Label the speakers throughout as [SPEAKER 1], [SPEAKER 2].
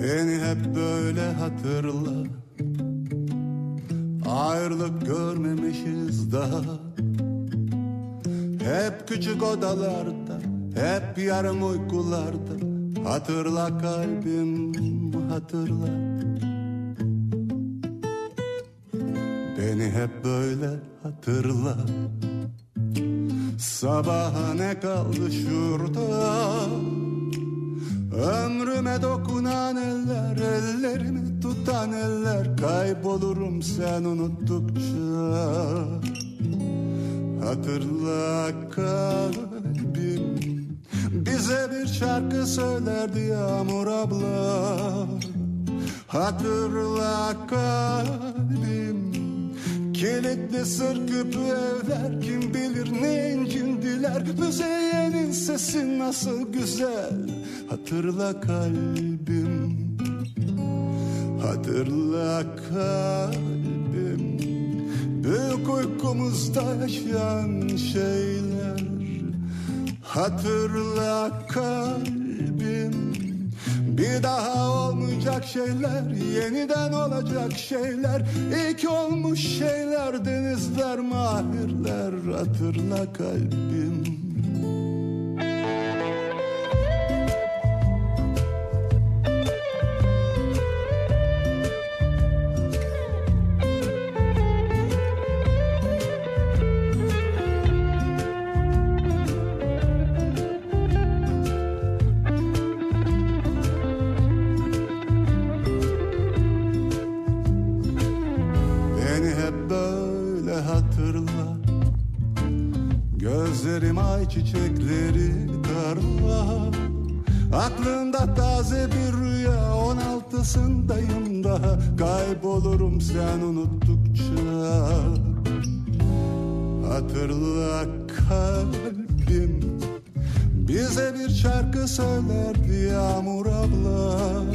[SPEAKER 1] Beni hep böyle hatırla. Ayrılık görmemişiz daha. Hep küçük odalarda, hep yarım uykularda. Hatırla kalbim, hatırla. Beni hep böyle hatırla. Sabaha ne kaldı şurada? Ömrüme dokunan eller, ellerimi tutan eller. Kaybolurum sen unuttukça. Hatırla kalbim, bize bir şarkı söylerdi Yağmur abla. Hatırla kalbim, kilitli sır küpü evler, kim bilir ne incindiler. Müzeyyenin sesi nasıl güzel. Hatırla kalbim, hatırla kalbim, büyük uykumuzda yaşayan şeyler. Hatırla kalbim, bir daha olmayacak şeyler, yeniden olacak şeyler. İlk olmuş şeyler, denizler, mahirler. Hatırla kalbim. Gözlerim ay çiçekleri tarla. Aklımda taze bir rüya, 16'sındayım daha. Kaybolurum sen unuttukça. Hatırla kalbim, bize bir şarkı söylerdi Yağmur abla.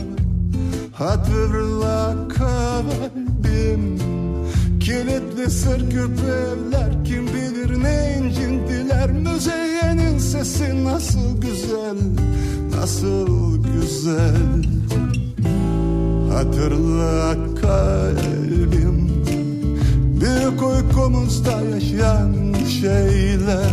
[SPEAKER 1] Hatırla kalbim, kilitli sır küpü evler, kim bilir ne incindiler. Müzeyyenin sesi nasıl güzel, nasıl güzel. Hatırla kalbim, büyük uykumuzda yaşayan şeyler.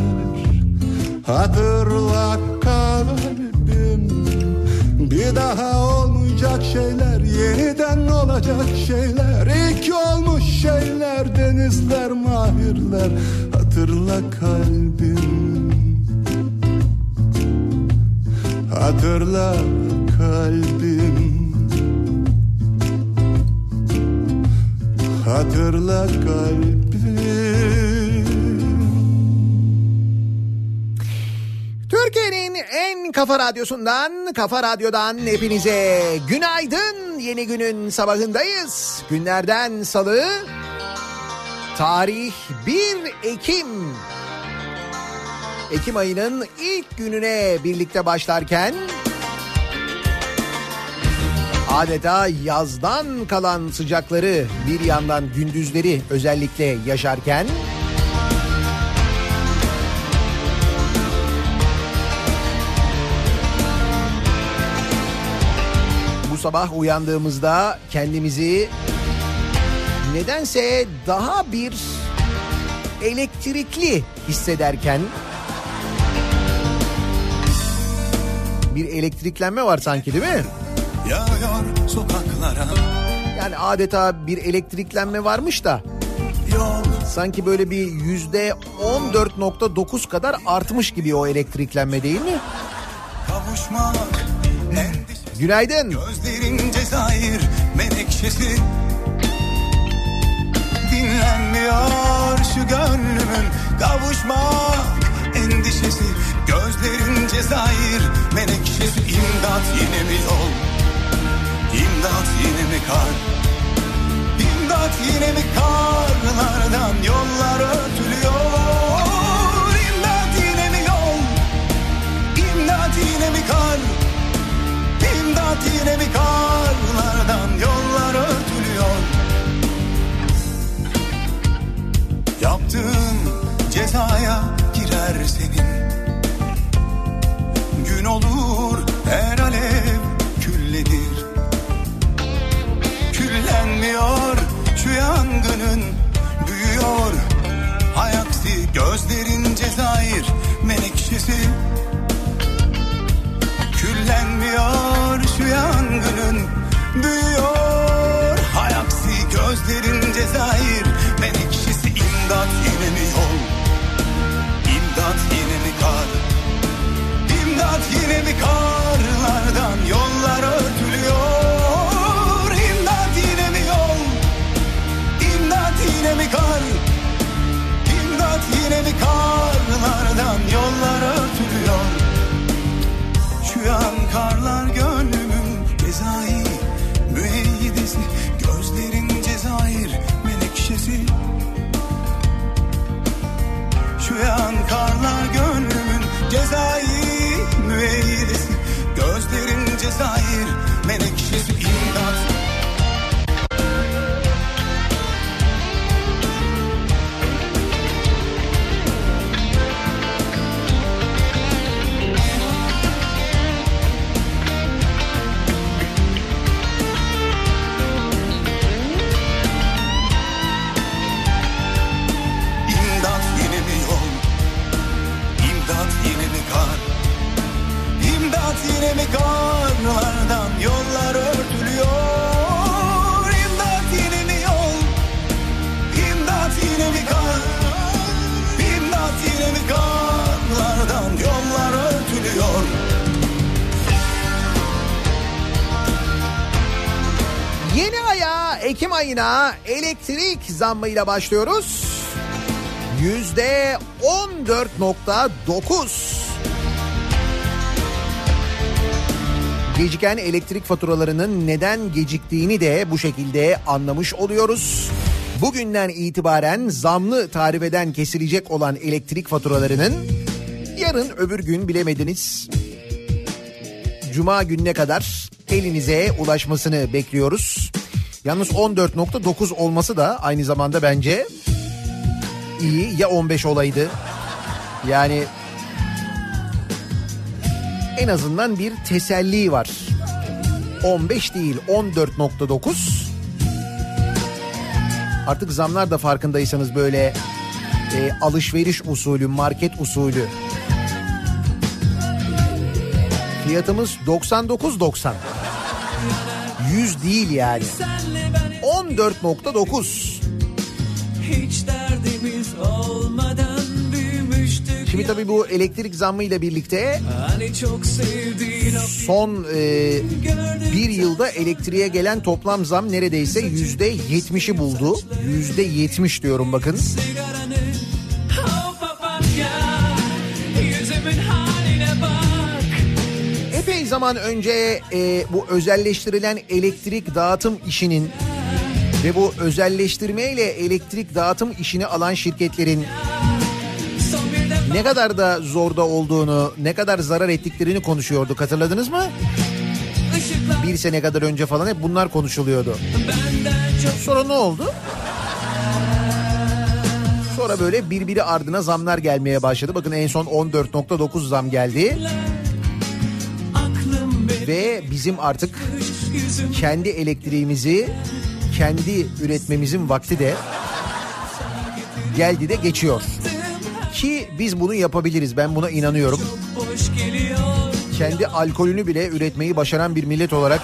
[SPEAKER 1] Hatırla kalbim, bir daha olmayacak şeyler, yeniden olacak şeyler. İlk olmuş şeyler, denizler, mahirler. Hatırla kalbim, hatırla kalbim, hatırla kalbim.
[SPEAKER 2] Türkiye'nin en kafa radyosundan, Kafa Radyo'dan hepinize günaydın. Yeni günün sabahındayız. Günlerden salı, tarih 1 Ekim. Ekim ayının ilk gününe birlikte başlarken adeta yazdan kalan sıcakları bir yandan gündüzleri özellikle yaşarken bu sabah uyandığımızda kendimizi nedense daha bir elektrikli hissederken, bir elektriklenme var sanki, değil mi?
[SPEAKER 3] Yağıyor sokaklara.
[SPEAKER 2] Yani adeta bir elektriklenme varmış da sanki böyle bir %14.9 kadar artmış gibi o elektriklenme, değil mi?
[SPEAKER 3] Kavuşmak.
[SPEAKER 2] Günaydın.
[SPEAKER 3] Gözlerin Cezayir menekşesi. Dinlenmiyor şu gönlümün kavuşmak endişesi. Gözlerin Cezayir menekşesi. İmdat yine mi yol? İmdat yine mi kar? İmdat yine mi karlardan yollar örtülüyor? İmdat yine mi yol? İmdat yine mi kar? İmdat yine mi karlardan yollar örtülüyor? Yaptığın cezaya girer senin. Gün olur her alev küllenir. büyüyor. Hay aksi gözlerin Cezayir menekşesi. İmdat yine mi yol, İmdat yine mi kar, İmdat yine mi karlardan yollar örtülüyor. İmdat yine mi yol, İmdat yine mi kar, İmdat yine mi karlardan yollar örtülüyor. Şu an karlar gönlümün Cezayir müeyyidesi, gözlerin Cezayir menekşesi. Şu an karlar gönlümün Cezayir müeyyidesi, gözlerin Cezayir menekşesi. İmdat. Yine mi karlardan yollar örtülüyor. İmdat yine mi yol, İmdat yine mi kar, İmdat yine mi karlardan yollar örtülüyor.
[SPEAKER 2] Yeni aya, Ekim ayına elektrik zammıyla başlıyoruz. %14.9. Geciken elektrik faturalarının neden geciktiğini de bu şekilde anlamış oluyoruz. Bugünden itibaren zamlı tarifeden kesilecek olan elektrik faturalarının yarın öbür gün bilemediniz Cuma gününe kadar elinize ulaşmasını bekliyoruz. Yalnız 14.9 olması da aynı zamanda bence iyi, ya 15 olaydı. Yani en azından bir teselli var. 15 değil 14.9. Artık zamlar da farkındaysanız böyle alışveriş usulü, market usulü. Fiyatımız 99.90. 100 değil yani. 14.9.
[SPEAKER 4] Hiç derdimiz olmadan büyümüştük.
[SPEAKER 2] Şimdi tabii bu elektrik zammıyla birlikte
[SPEAKER 4] Hani çok sevdiğin
[SPEAKER 2] son bir yılda elektriğe gelen toplam zam neredeyse %70'i buldu. %70 diyorum bakın.
[SPEAKER 4] sigaranı, o papatya, yüzümün haline bak.
[SPEAKER 2] Epey zaman önce bu özelleştirilen elektrik dağıtım işinin ve bu özelleştirmeyle elektrik dağıtım işini alan şirketlerin
[SPEAKER 4] Son bir defa
[SPEAKER 2] ne kadar da zorda olduğunu, ne kadar zarar ettiklerini konuşuyorduk, hatırladınız mı?
[SPEAKER 4] ışıklar
[SPEAKER 2] Bir sene kadar önce falan hep bunlar konuşuluyordu.
[SPEAKER 4] benden çok
[SPEAKER 2] Sonra ne oldu? Sonra böyle birbiri ardına zamlar gelmeye başladı. Bakın en son 14.9 zam geldi.
[SPEAKER 4] aklım benim
[SPEAKER 2] Ve bizim artık
[SPEAKER 4] yüzüm
[SPEAKER 2] kendi elektriğimizi kendi üretmemizin vakti de geldi de geçiyor. Ki biz bunu yapabiliriz, ben buna inanıyorum.
[SPEAKER 4] boş geliyor.
[SPEAKER 2] Kendi alkolünü bile üretmeyi başaran bir millet olarak,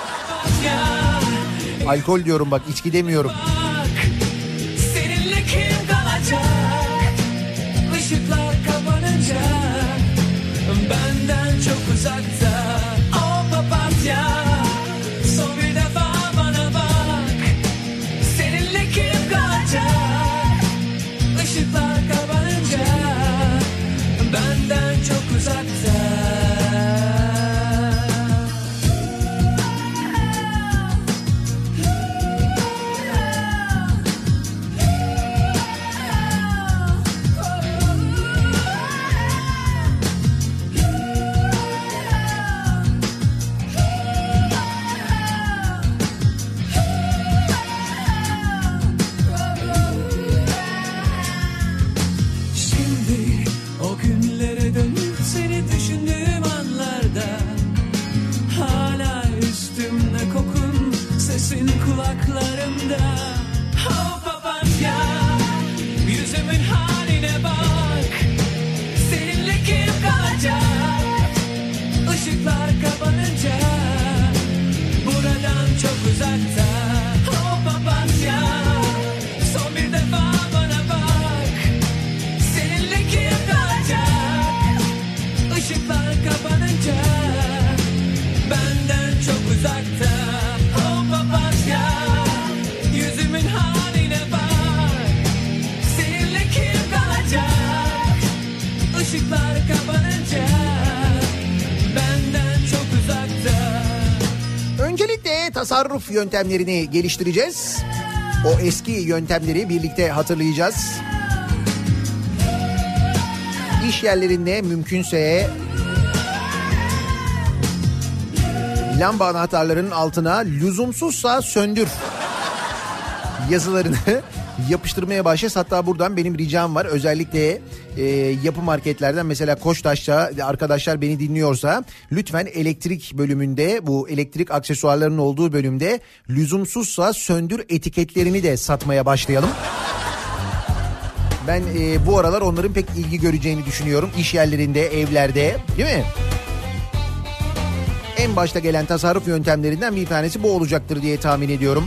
[SPEAKER 2] alkol diyorum bak, içki demiyorum.
[SPEAKER 4] Seninle kim kalacak? Işıklar kapanınca benden çok uzakta. O papatya, son bir defa bana bak. Seninle kim kalacak? Işıklar kapanınca benden çok uzakta.
[SPEAKER 2] tasarruf yöntemlerini geliştireceğiz. O eski yöntemleri birlikte hatırlayacağız. İş yerlerinde mümkünse lamba anahtarlarının altına lüzumsuzsa söndür yazılarını yapıştırmaya başlayacağız. Hatta buradan benim ricam var. Özellikle yapı marketlerden, mesela Koçtaş'ta arkadaşlar beni dinliyorsa lütfen elektrik bölümünde, bu elektrik aksesuarlarının olduğu bölümde lüzumsuzsa söndür etiketlerini de satmaya başlayalım. Ben bu aralar onların pek ilgi göreceğini düşünüyorum. İş yerlerinde, evlerde, değil mi? En başta gelen tasarruf yöntemlerinden bir tanesi bu olacaktır diye tahmin ediyorum.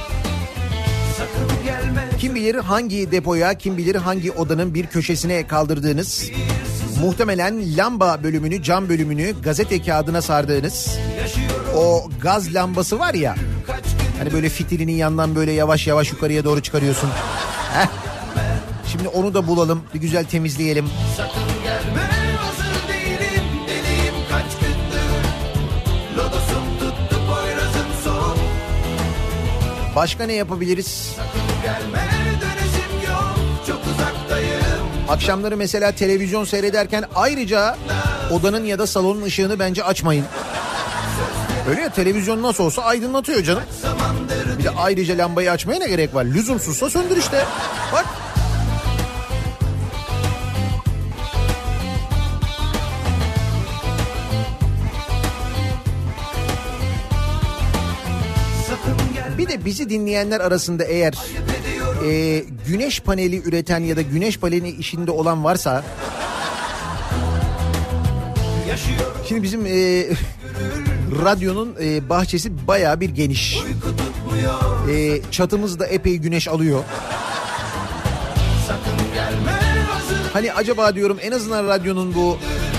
[SPEAKER 2] Kim bilir hangi depoya, kim bilir hangi odanın bir köşesine kaldırdığınız, muhtemelen lamba bölümünü, cam bölümünü gazete kağıdına sardığınız o gaz lambası var ya, hani böyle fitilinin yandan böyle yavaş yavaş yukarıya doğru çıkarıyorsun. Heh. Şimdi onu da bulalım, bir güzel temizleyelim.
[SPEAKER 3] Sakın gelme, hazır değilim, deliyim kaç gündür. Lodosum tuttu, Poyraz'ım soğuk.
[SPEAKER 2] Başka ne yapabiliriz?
[SPEAKER 3] Sakın gelme, dönüşüm yok, çok uzaktayım.
[SPEAKER 2] Akşamları mesela televizyon seyrederken ayrıca odanın ya da salonun ışığını bence açmayın. Öyle ya, televizyon nasıl olsa aydınlatıyor canım. Bir de ayrıca lambayı açmaya ne gerek var? Lüzumsuzsa söndür işte. Bak. Bir de bizi dinleyenler arasında eğer güneş paneli üreten ya da güneş paneli işinde olan varsa, şimdi bizim radyonun bahçesi bayağı bir geniş. Çatımız da epey güneş alıyor. Hani acaba diyorum, en azından radyonun bu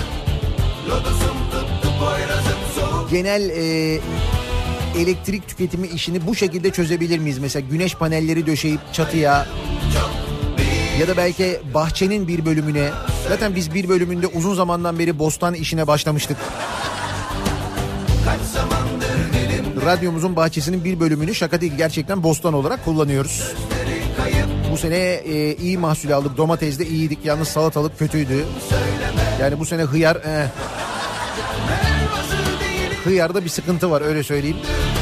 [SPEAKER 2] genel elektrik tüketimi işini bu şekilde çözebilir miyiz? Mesela güneş panelleri döşeyip çatıya ya da belki bahçenin bir bölümüne. Zaten biz bir bölümünde uzun zamandan beri bostan işine başlamıştık. Radyomuzun bahçesinin bir bölümünü, şaka değil, gerçekten bostan olarak kullanıyoruz. Bu sene iyi mahsul aldık. Domatesde iyiydik. Yalnız salatalık kötüydü. Yani bu sene hıyar... Hıyarda bir sıkıntı var, öyle söyleyeyim.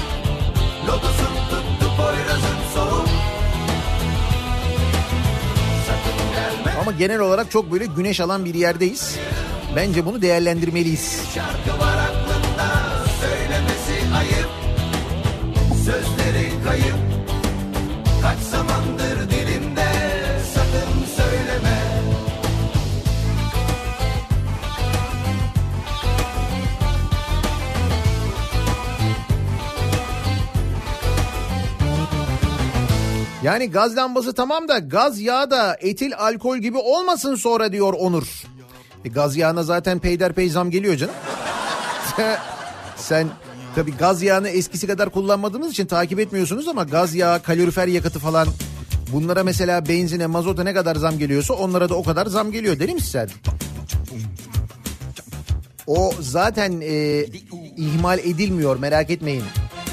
[SPEAKER 2] Ama genel olarak çok böyle güneş alan bir yerdeyiz. Bence bunu değerlendirmeliyiz.
[SPEAKER 3] Şarkı var aklımda, söylemesi ayıp, sözleri kayıp, kaç zamandır dilimde, sakın söyleme.
[SPEAKER 2] Yani gaz lambası tamam da gaz yağı da etil alkol gibi olmasın sonra, diyor Onur. Gaz yağına zaten peyderpey zam geliyor canım. Sen tabii gaz yağını eskisi kadar kullanmadığınız için takip etmiyorsunuz ama gaz yağı, kalorifer yakıtı falan, bunlara mesela benzine, mazota ne kadar zam geliyorsa onlara da o kadar zam geliyor, değil mi sen? O zaten ihmal edilmiyor, merak etmeyin.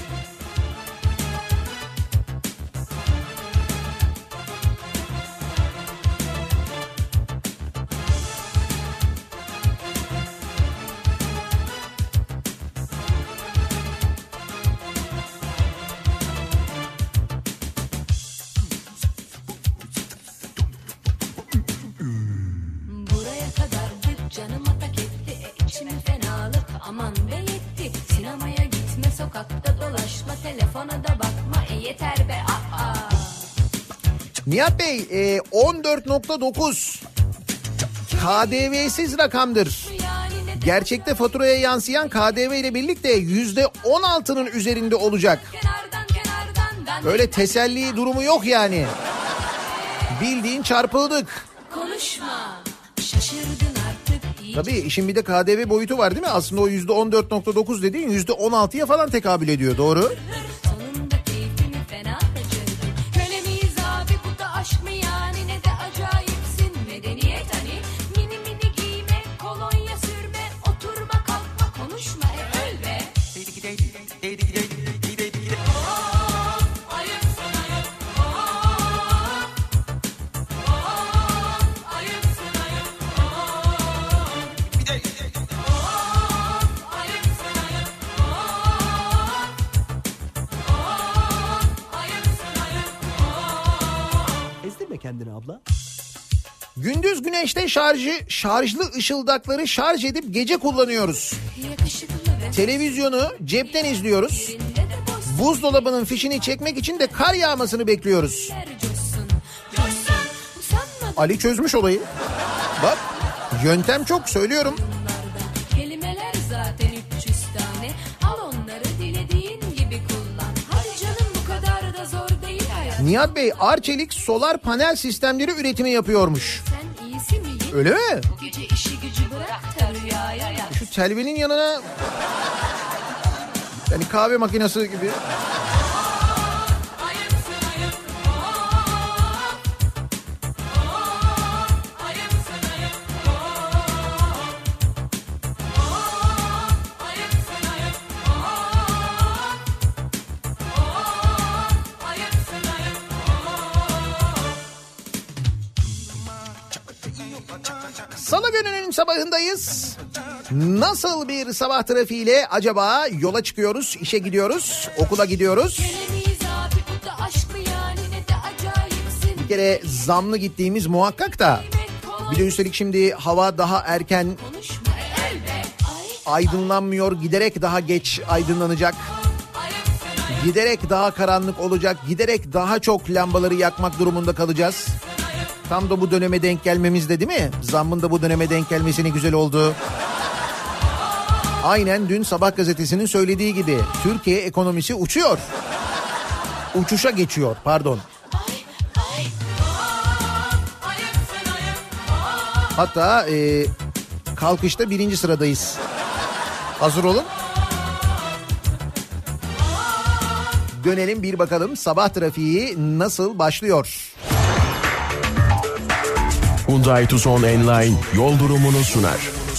[SPEAKER 2] Nihat Bey 14.9 KDV'siz rakamdır. Gerçekte faturaya yansıyan KDV ile birlikte %16'nın üzerinde olacak. Öyle teselli durumu yok yani. Bildiğin çarpıldık. Konuşma, şaşırdın artık. Tabii işin bir de KDV boyutu var değil mi? Aslında o %14.9 dediğin %16'ya falan tekabül ediyor, doğru?
[SPEAKER 5] Ezdirme kendini abla.
[SPEAKER 2] Gündüz güneşte şarjlı ışıldakları şarj edip gece kullanıyoruz. Televizyonu cepten izliyoruz. Buzdolabının fişini çekmek için de kar yağmasını bekliyoruz. Ali çözmüş olayı. Bak, yöntem çok, söylüyorum.
[SPEAKER 6] Kelimeler zaten 300 tane. Al onları dilediğin gibi kullan. Hadi canım, bu kadar da zor değil hayat.
[SPEAKER 2] Nihat Bey, Arçelik solar panel sistemleri üretimi yapıyormuş.
[SPEAKER 6] Sen iyisi mi?
[SPEAKER 2] Öyle mi?
[SPEAKER 6] Bu gece işi gücü bırak da rüyaya yat.
[SPEAKER 2] Şu telvenin yanına yani kahve makinesi gibi. Salı gününün sabahındayız. Nasıl bir sabah trafiğiyle acaba yola çıkıyoruz, işe gidiyoruz, okula gidiyoruz? Bir kere zamlı gittiğimiz muhakkak da. Bir de üstelik şimdi hava daha erken aydınlanmıyor, giderek daha geç aydınlanacak. Giderek daha karanlık olacak, giderek daha çok lambaları yakmak durumunda kalacağız. Tam da bu döneme denk gelmemizde, değil mi? Zammın da bu döneme denk gelmesi ne güzel oldu. Aynen dün Sabah gazetesinin söylediği gibi Türkiye ekonomisi uçuyor. Uçuşa geçiyor, pardon. Hatta kalkışta 1. sıradayız. Hazır olun. Dönelim bir bakalım sabah trafiği nasıl başlıyor?
[SPEAKER 7] Hyundai Tucson Enline yol durumunu sunar.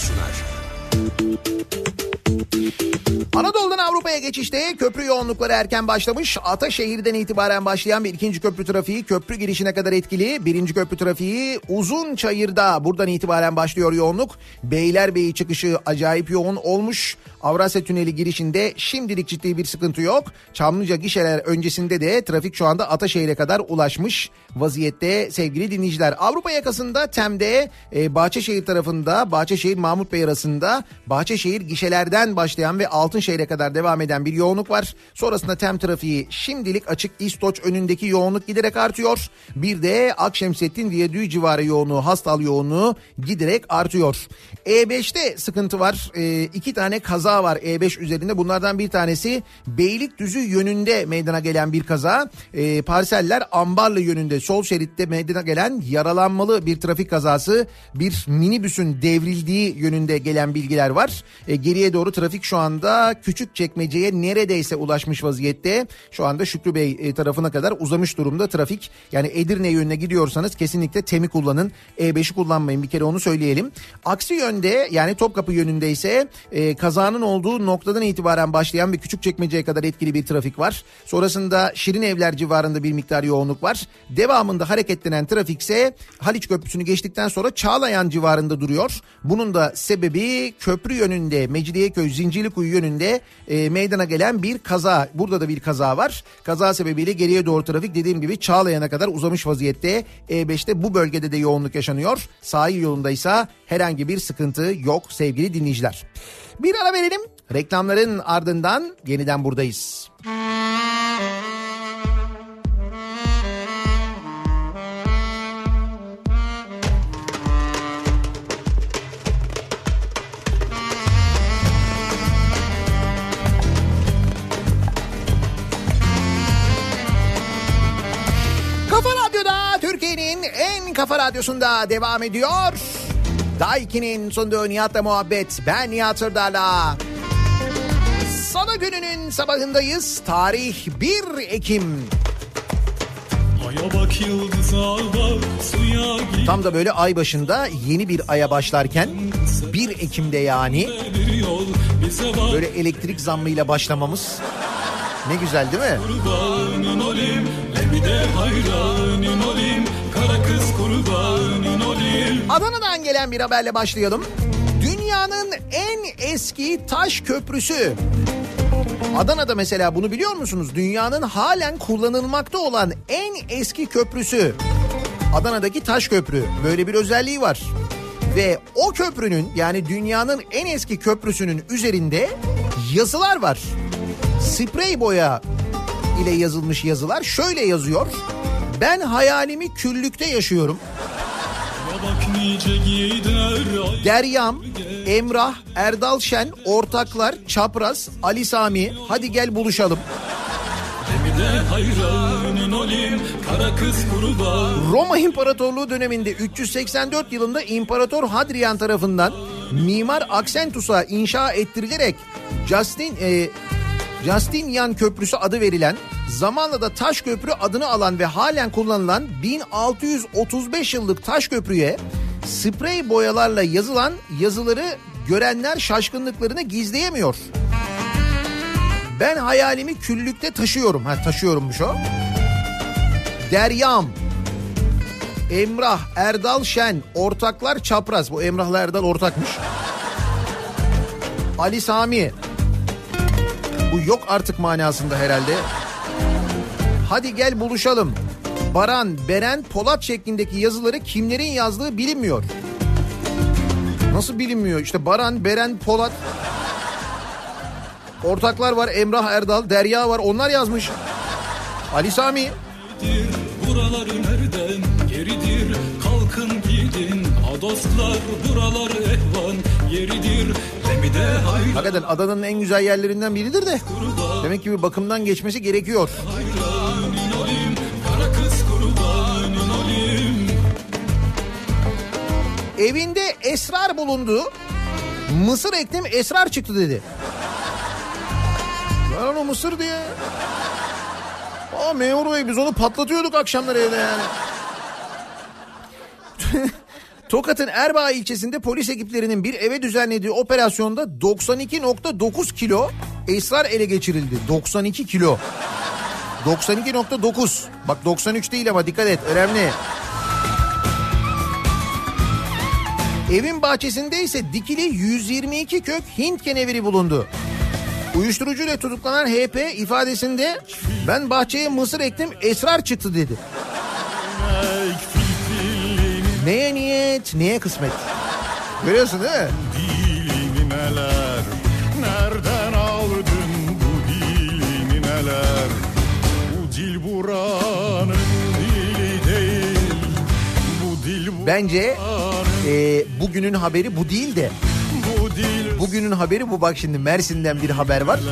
[SPEAKER 2] Anadolu'dan Avrupa'ya geçişte köprü yoğunlukları erken başlamış. Ataşehir'den itibaren başlayan bir ikinci köprü trafiği köprü girişine kadar etkili. Birinci köprü trafiği Uzunçayır'da, buradan itibaren başlıyor yoğunluk. Beylerbeyi çıkışı acayip yoğun olmuş. Avrasya Tüneli girişinde şimdilik ciddi bir sıkıntı yok. Çamlıca gişeler öncesinde de trafik şu anda Ataşehir'e kadar ulaşmış vaziyette sevgili dinleyiciler. Avrupa yakasında Tem'de, Bahçeşehir tarafında, Bahçeşehir Mahmut Bey arasında Bahçeşehir gişelerden başlayan ve Altınşehir'e kadar devam eden bir yoğunluk var. Sonrasında Tem trafiği şimdilik açık. İstoç önündeki yoğunluk giderek artıyor. Bir de Akşemsettin Viyadüğü civarı yoğunluğu, Hastal yoğunluğu giderek artıyor. E5'te sıkıntı var. 2 tane kaza var E5 üzerinde. Bunlardan bir tanesi Beylikdüzü yönünde meydana gelen bir kaza. Parseller Ambarlı yönünde sol şeritte meydana gelen yaralanmalı bir trafik kazası. Bir minibüsün devrildiği yönünde gelen bilgiler var. Geriye doğru trafik şu anda Küçükçekmece'ye neredeyse ulaşmış vaziyette. Şu anda Şükrü Bey tarafına kadar uzamış durumda trafik. Yani Edirne yönüne gidiyorsanız kesinlikle Tem'i kullanın. E5'i kullanmayın, bir kere onu söyleyelim. Aksi yönde, yani Topkapı yönünde ise kazanın olduğu noktadan itibaren başlayan ve Küçükçekmece'ye kadar etkili bir trafik var. Sonrasında Şirinevler civarında bir miktar yoğunluk var. Devamında hareketlenen trafik ise Haliç Köprüsü'nü geçtikten sonra Çağlayan civarında duruyor. Bunun da sebebi köprü yönünde, Mecidiyeköy Zincirlikuyu yönünde meydana gelen bir kaza. Burada da bir kaza var. Kaza sebebiyle geriye doğru trafik dediğim gibi Çağlayan'a kadar uzamış vaziyette. E5'te bu bölgede de yoğunluk yaşanıyor. Sahil yolunda ise herhangi bir sıkıntı yok sevgili dinleyiciler. Bir ara verelim. Reklamların ardından yeniden buradayız. Kafa Radyo'da, Türkiye'nin en kafa radyosunda devam ediyor. Daiki'nin sunduğu Nihat'la muhabbet. Ben Nihat Sırdar'la. Salı gününün sabahındayız. Tarih 1 Ekim.
[SPEAKER 4] Aya bak, yıldıza bak, suya gir.
[SPEAKER 2] Tam da böyle ay başında yeni bir aya başlarken 1 Ekim'de yani
[SPEAKER 4] Bir yol bize bak.
[SPEAKER 2] böyle elektrik zammıyla başlamamız ne güzel değil mi?
[SPEAKER 4] Kurbanın olayım, bir de hayranın olayım. Kara kız kurbanın olayım.
[SPEAKER 2] Adana'dan gelen bir haberle başlayalım. Dünyanın en eski taş köprüsü. Adana'da mesela, bunu biliyor musunuz? Dünyanın halen kullanılmakta olan en eski köprüsü. Adana'daki taş köprü. Böyle bir özelliği var. Ve o köprünün, yani dünyanın en eski köprüsünün üzerinde yazılar var. Sprey boya ile yazılmış yazılar. Şöyle yazıyor: ben hayalimi küllükte yaşıyorum. Deryam, Emrah, Erdal Şen, ortaklar, çapraz, Ali Sami, hadi gel buluşalım. Roma İmparatorluğu döneminde 384 yılında İmparator Hadrian tarafından Mimar Aksentus'a inşa ettirilerek Justinian Köprüsü adı verilen, zamanla da Taş Köprü adını alan ve halen kullanılan 1635 yıllık Taş Köprü'ye sprey boyalarla yazılan yazıları görenler şaşkınlıklarını gizleyemiyor. Ben hayalimi küllükte taşıyorum. Taşıyorummuş o. Deryam, Emrah, Erdal Şen, ortaklar çapraz. Bu Emrah'la Erdal ortakmış. Ali Sami. Bu yok artık manasında herhalde. Hadi gel buluşalım. Baran, Beren, Polat şeklindeki yazıları kimlerin yazdığı bilinmiyor. Nasıl bilinmiyor? İşte Baran, Beren, Polat. Ortaklar var, Emrah, Erdal, Derya var, onlar yazmış. Ali Sami.
[SPEAKER 4] Buraları nereden geridir, kalkın gidin adostlar, buralar ehvan yeridir. Demide hayran.
[SPEAKER 2] Hakikaten Adana'nın en güzel yerlerinden biridir de demek ki bir bakımdan geçmesi gerekiyor.
[SPEAKER 4] Hayranın olayım, kara kız kurbanın olayım.
[SPEAKER 2] Evinde esrar bulundu. Mısır ektim, esrar çıktı dedi. Ben onu mısır diye. Memur Bey, biz onu patlatıyorduk akşamları evde yani. Tokat'ın Erbaa ilçesinde polis ekiplerinin bir eve düzenlediği operasyonda 92.9 kilo esrar ele geçirildi. 92 kilo. 92.9. Bak 93 değil ama dikkat et, önemli. Evin bahçesinde ise dikili 122 kök Hint keneviri bulundu. Uyuşturucuyla tutuklanan HP ifadesinde ben bahçeye mısır ektim, esrar çıktı dedi. Neye niyet, neye kısmet. Görüyorsun değil mi?
[SPEAKER 1] Dilini neler, nereden aldın bu dilini neler? Bu dil buranın dili değil, bu dil buranın...
[SPEAKER 2] Bence bugünün haberi bu değil de. Bugünün haberi bu, bak şimdi Mersin'den bir haber var.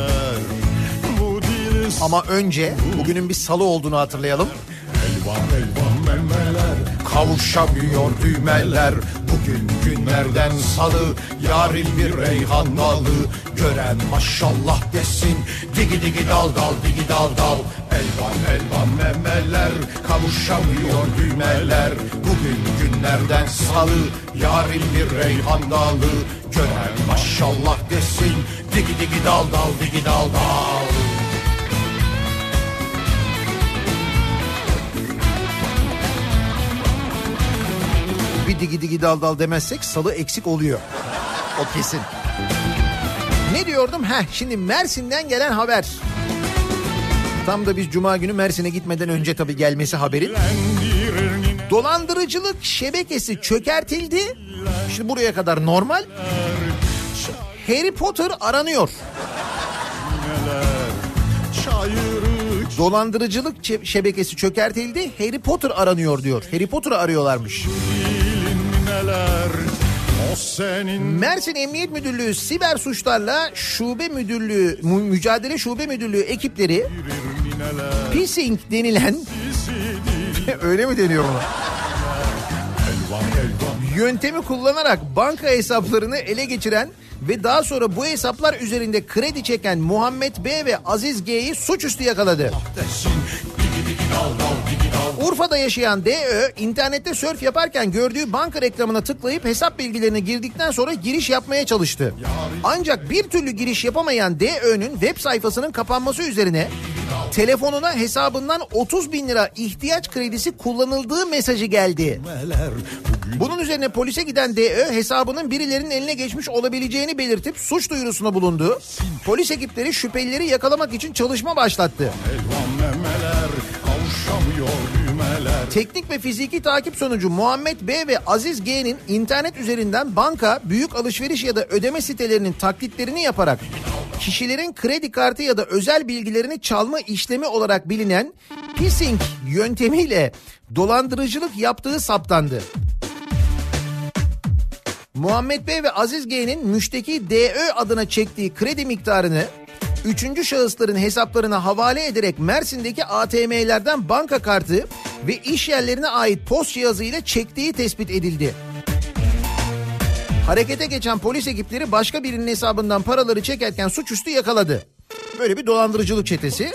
[SPEAKER 2] Ama önce bugünün bir salı olduğunu hatırlayalım.
[SPEAKER 1] Elvan elvan memeler, kavuşamıyor düğmeler. Bugün günlerden salı, yarın bir reyhan dalı. Gören maşallah desin, digi digi dal dal digi dal dal. Elvan elvan memeler, kavuşamıyor düğmeler. Bugün günlerden salı, yarın bir reyhan dalı. Gören maşallah desin, digi digi dal dal digi dal dal.
[SPEAKER 2] Bir digi digi dal dal demezsek salı eksik oluyor. O kesin. Ne diyordum? Şimdi Mersin'den gelen haber. Tam da biz Cuma günü Mersin'e gitmeden önce tabii gelmesi haberin. Dolandırıcılık şebekesi çökertildi. Şimdi buraya kadar normal. Harry Potter aranıyor. Dolandırıcılık şebekesi çökertildi. Harry Potter aranıyor diyor. Harry Potter'ı arıyorlarmış. Mersin Emniyet Müdürlüğü Siber Suçlarla Mücadele Şube Müdürlüğü ekipleri phishing denilen öyle mi deniyor ona? Yöntemi kullanarak banka hesaplarını ele geçiren ve daha sonra bu hesaplar üzerinde kredi çeken Muhammed B ve Aziz G'yi suçüstü yakaladı. Urfa'da yaşayan DÖ internette sörf yaparken gördüğü banka reklamına tıklayıp hesap bilgilerini girdikten sonra giriş yapmaya çalıştı. Ancak bir türlü giriş yapamayan DÖ'nün web sayfasının kapanması üzerine Telefonuna hesabından 30 bin lira ihtiyaç kredisi kullanıldığı mesajı geldi. Bunun üzerine polise giden DÖ hesabının birilerinin eline geçmiş olabileceğini belirtip suç duyurusunda bulundu. Polis ekipleri şüphelileri yakalamak için çalışma başlattı. Teknik ve fiziki takip sonucu Muhammed B ve Aziz G'nin internet üzerinden banka, büyük alışveriş ya da ödeme sitelerinin taklitlerini yaparak kişilerin kredi kartı ya da özel bilgilerini çalma işlemi olarak bilinen phishing yöntemiyle dolandırıcılık yaptığı saptandı. Muhammed B ve Aziz G'nin müşteki DÖ adına çektiği kredi miktarını üçüncü şahısların hesaplarına havale ederek Mersin'deki ATM'lerden banka kartı ve iş yerlerine ait post cihazı ile çektiği tespit edildi. Harekete geçen polis ekipleri başka birinin hesabından paraları çekerken suçüstü yakaladı. Böyle bir dolandırıcılık çetesi.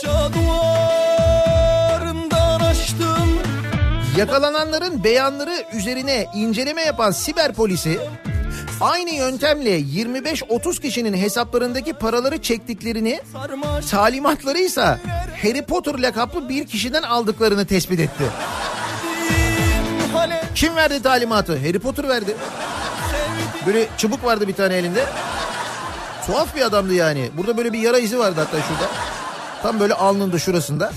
[SPEAKER 2] Yakalananların beyanları üzerine inceleme yapan siber polisi aynı yöntemle 25-30 kişinin hesaplarındaki paraları çektiklerini, talimatları ise Harry Potter lakaplı bir kişiden aldıklarını tespit etti. Kim verdi talimatı? Harry Potter verdi. Böyle çubuk vardı bir tane elinde. Tuhaf bir adamdı yani. Burada böyle bir yara izi vardı hatta şurada. Tam böyle alnında şurasında.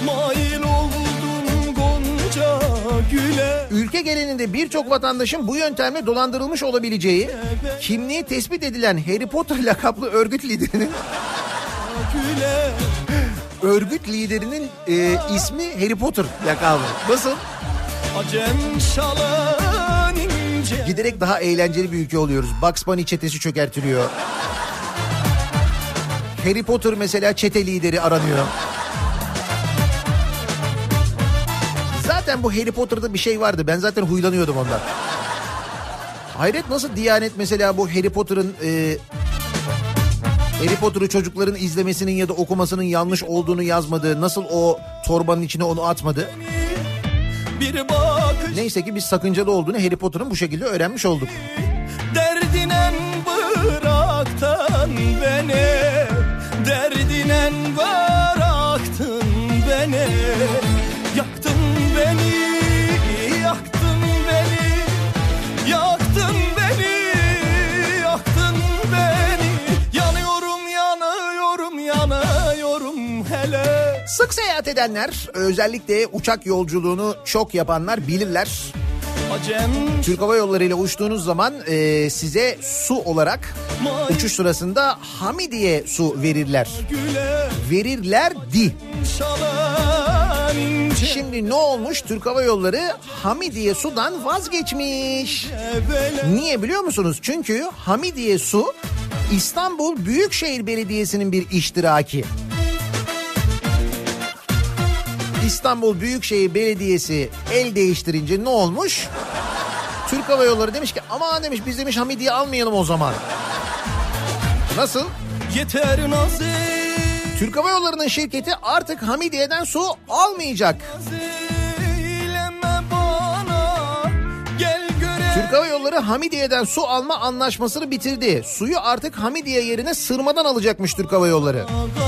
[SPEAKER 2] Ülke genelinde birçok vatandaşın bu yöntemle dolandırılmış olabileceği, kimliği tespit edilen Harry Potter lakaplı örgüt liderinin ismi Harry Potter lakabı. Nasıl? Giderek daha eğlenceli bir ülke oluyoruz. Bugs Bunny çetesi çökertiliyor. Harry Potter mesela çete lideri aranıyor. Zaten bu Harry Potter'da bir şey vardı. Ben zaten huylanıyordum ondan. Hayret, nasıl Diyanet mesela bu Harry Potter'ı çocukların izlemesinin ya da okumasının yanlış olduğunu yazmadı. Nasıl o torbanın içine onu atmadı. Neyse ki biz sakıncalı olduğunu Harry Potter'ın bu şekilde öğrenmiş olduk.
[SPEAKER 3] Derdinen bıraktın beni, derdinen bıraktın beni, yaktın beni, yaktın beni, yaktın beni, yaktın beni, yanıyorum, yanıyorum, yanıyorum hele.
[SPEAKER 2] Sık seyahat edenler, özellikle uçak yolculuğunu çok yapanlar bilirler. Türk Hava Yolları ile uçtuğunuz zaman size su olarak uçuş sırasında Hamidiye su verirler. Verirlerdi. Şimdi ne olmuş? Türk Hava Yolları Hamidiye sudan vazgeçmiş. Niye biliyor musunuz? Çünkü Hamidiye su İstanbul Büyükşehir Belediyesi'nin bir iştiraki. İstanbul Büyükşehir Belediyesi el değiştirince ne olmuş? Türk Hava Yolları demiş ki aman demiş, biz demiş Hamidiye almayalım o zaman. Nasıl?
[SPEAKER 3] Yeter nazik.
[SPEAKER 2] Türk Hava Yolları'nın şirketi artık Hamidiye'den su almayacak. Türk Hava Yolları Hamidiye'den su alma anlaşmasını bitirdi. Suyu artık Hamidiye yerine Sırma'dan alacakmış Türk Hava Yolları.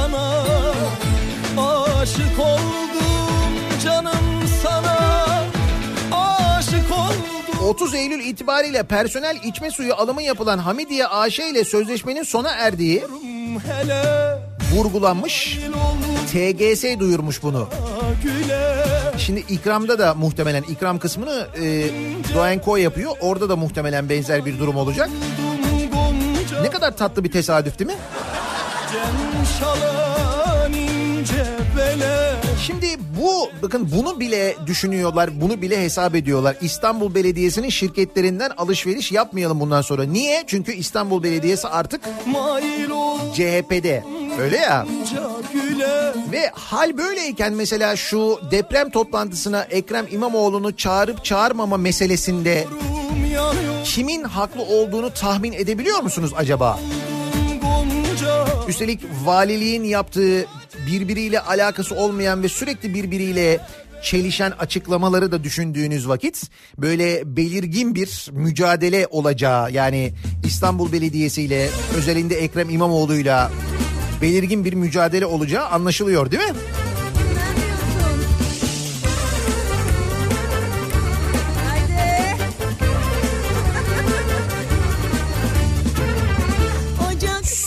[SPEAKER 3] Aşık oldum canım sana, aşık oldum.
[SPEAKER 2] 30 Eylül itibariyle personel içme suyu alımı yapılan Hamidiye AŞ ile sözleşmenin sona erdiği vurgulanmış. TGS duyurmuş bunu. Şimdi ikramda da muhtemelen ikram kısmını Doğan Koy yapıyor. Orada da muhtemelen benzer bir durum olacak. Ne kadar tatlı bir tesadüf değil mi? Şimdi bakın bunu bile düşünüyorlar, bunu bile hesap ediyorlar. İstanbul Belediyesi'nin şirketlerinden alışveriş yapmayalım bundan sonra. Niye? Çünkü İstanbul Belediyesi artık CHP'de. Öyle ya. Ve hal böyleyken mesela şu deprem toplantısına Ekrem İmamoğlu'nu çağırıp çağırmama meselesinde kimin haklı olduğunu tahmin edebiliyor musunuz acaba? Üstelik valiliğin yaptığı birbiriyle alakası olmayan ve sürekli birbiriyle çelişen açıklamaları da düşündüğünüz vakit böyle belirgin bir mücadele olacağı, yani İstanbul Belediyesi ile özelinde Ekrem İmamoğlu'yla belirgin bir mücadele olacağı anlaşılıyor değil mi?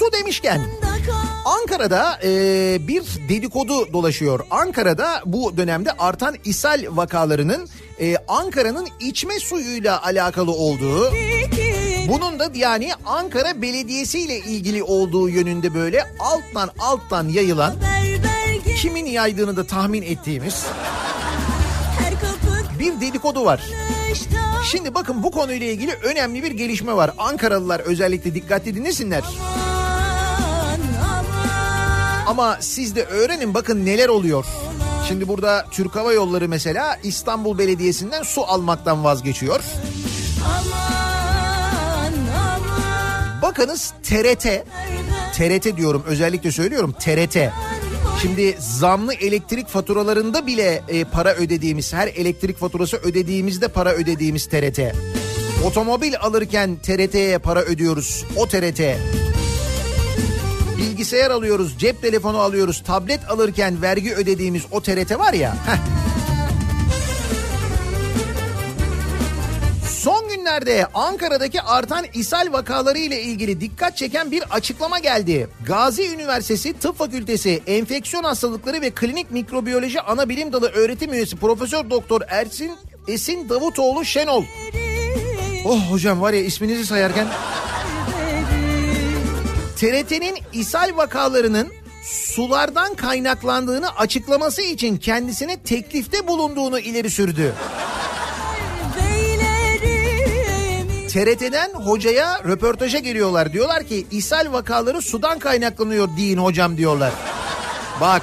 [SPEAKER 2] Konu demişken Ankara'da bir dedikodu dolaşıyor. Ankara'da bu dönemde artan ishal vakalarının Ankara'nın içme suyuyla alakalı olduğu, bunun da yani Ankara Belediyesi ile ilgili olduğu yönünde böyle alttan yayılan, kimin yaydığını da tahmin ettiğimiz bir dedikodu var. Şimdi bakın, bu konuyla ilgili önemli bir gelişme var. Ankaralılar özellikle dikkatli dinlesinler. Ama siz de öğrenin, bakın neler oluyor. Şimdi burada Türk Hava Yolları mesela İstanbul Belediyesi'nden su almaktan vazgeçiyor. Bakınız TRT diyorum, özellikle söylüyorum, TRT. Şimdi zamlı elektrik faturalarında bile para ödediğimiz, her elektrik faturası ödediğimizde para ödediğimiz TRT. Otomobil alırken TRT'ye para ödüyoruz, o TRT. Bilgisayar alıyoruz, cep telefonu alıyoruz, tablet alırken vergi ödediğimiz o TRT var ya. Son günlerde Ankara'daki artan ishal vakaları ile ilgili dikkat çeken bir açıklama geldi. Gazi Üniversitesi Tıp Fakültesi Enfeksiyon Hastalıkları ve Klinik Mikrobiyoloji Anabilim Dalı öğretim üyesi Profesör Doktor Esin Davutoğlu Şenol. Oh hocam, var ya, isminizi sayarken TRT'nin ishal vakalarının sulardan kaynaklandığını açıklaması için kendisine teklifte bulunduğunu ileri sürdü. TRT'den hocaya röportaja geliyorlar. Diyorlar ki ishal vakaları sudan kaynaklanıyor deyin hocam diyorlar. Bak.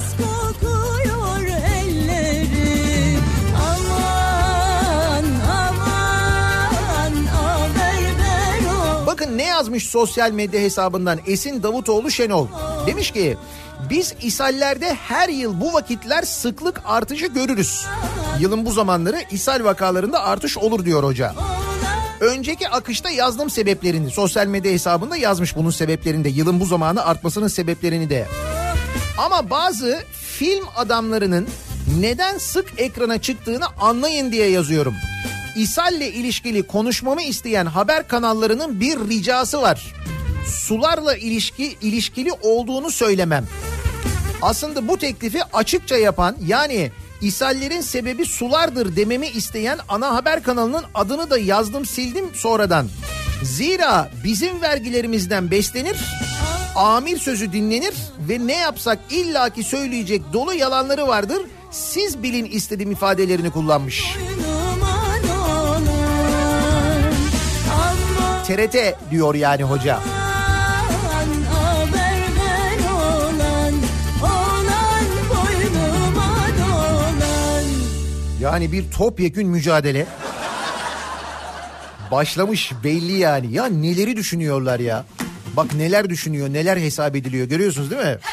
[SPEAKER 2] Bakın ne yazmış sosyal medya hesabından Esin Davutoğlu Şenol. Demiş ki biz ishallerde her yıl bu vakitler sıklık artışı görürüz. Yılın bu zamanları ishal vakalarında artış olur diyor hoca. Önceki akışta yazdım sebeplerini. Sosyal medya hesabında yazmış bunun sebeplerini de. Yılın bu zamanı artmasının sebeplerini de. Ama bazı film adamlarının neden sık ekrana çıktığını anlayın diye yazıyorum. İshalle ilişkili konuşmamı isteyen haber kanallarının bir ricası var. Sularla ilişkili olduğunu söylemem. Aslında bu teklifi açıkça yapan, yani İshallerin sebebi sulardır dememi isteyen ana haber kanalının adını da yazdım sildim sonradan. Zira bizim vergilerimizden beslenir, amir sözü dinlenir ve ne yapsak illaki söyleyecek dolu yalanları vardır. Siz bilin istedim ifadelerini kullanmış. TRT diyor yani hoca. Yani bir topyekün mücadele başlamış belli yani. Ya neleri düşünüyorlar ya. Bak neler düşünüyor, neler hesap ediliyor, görüyorsunuz değil mi?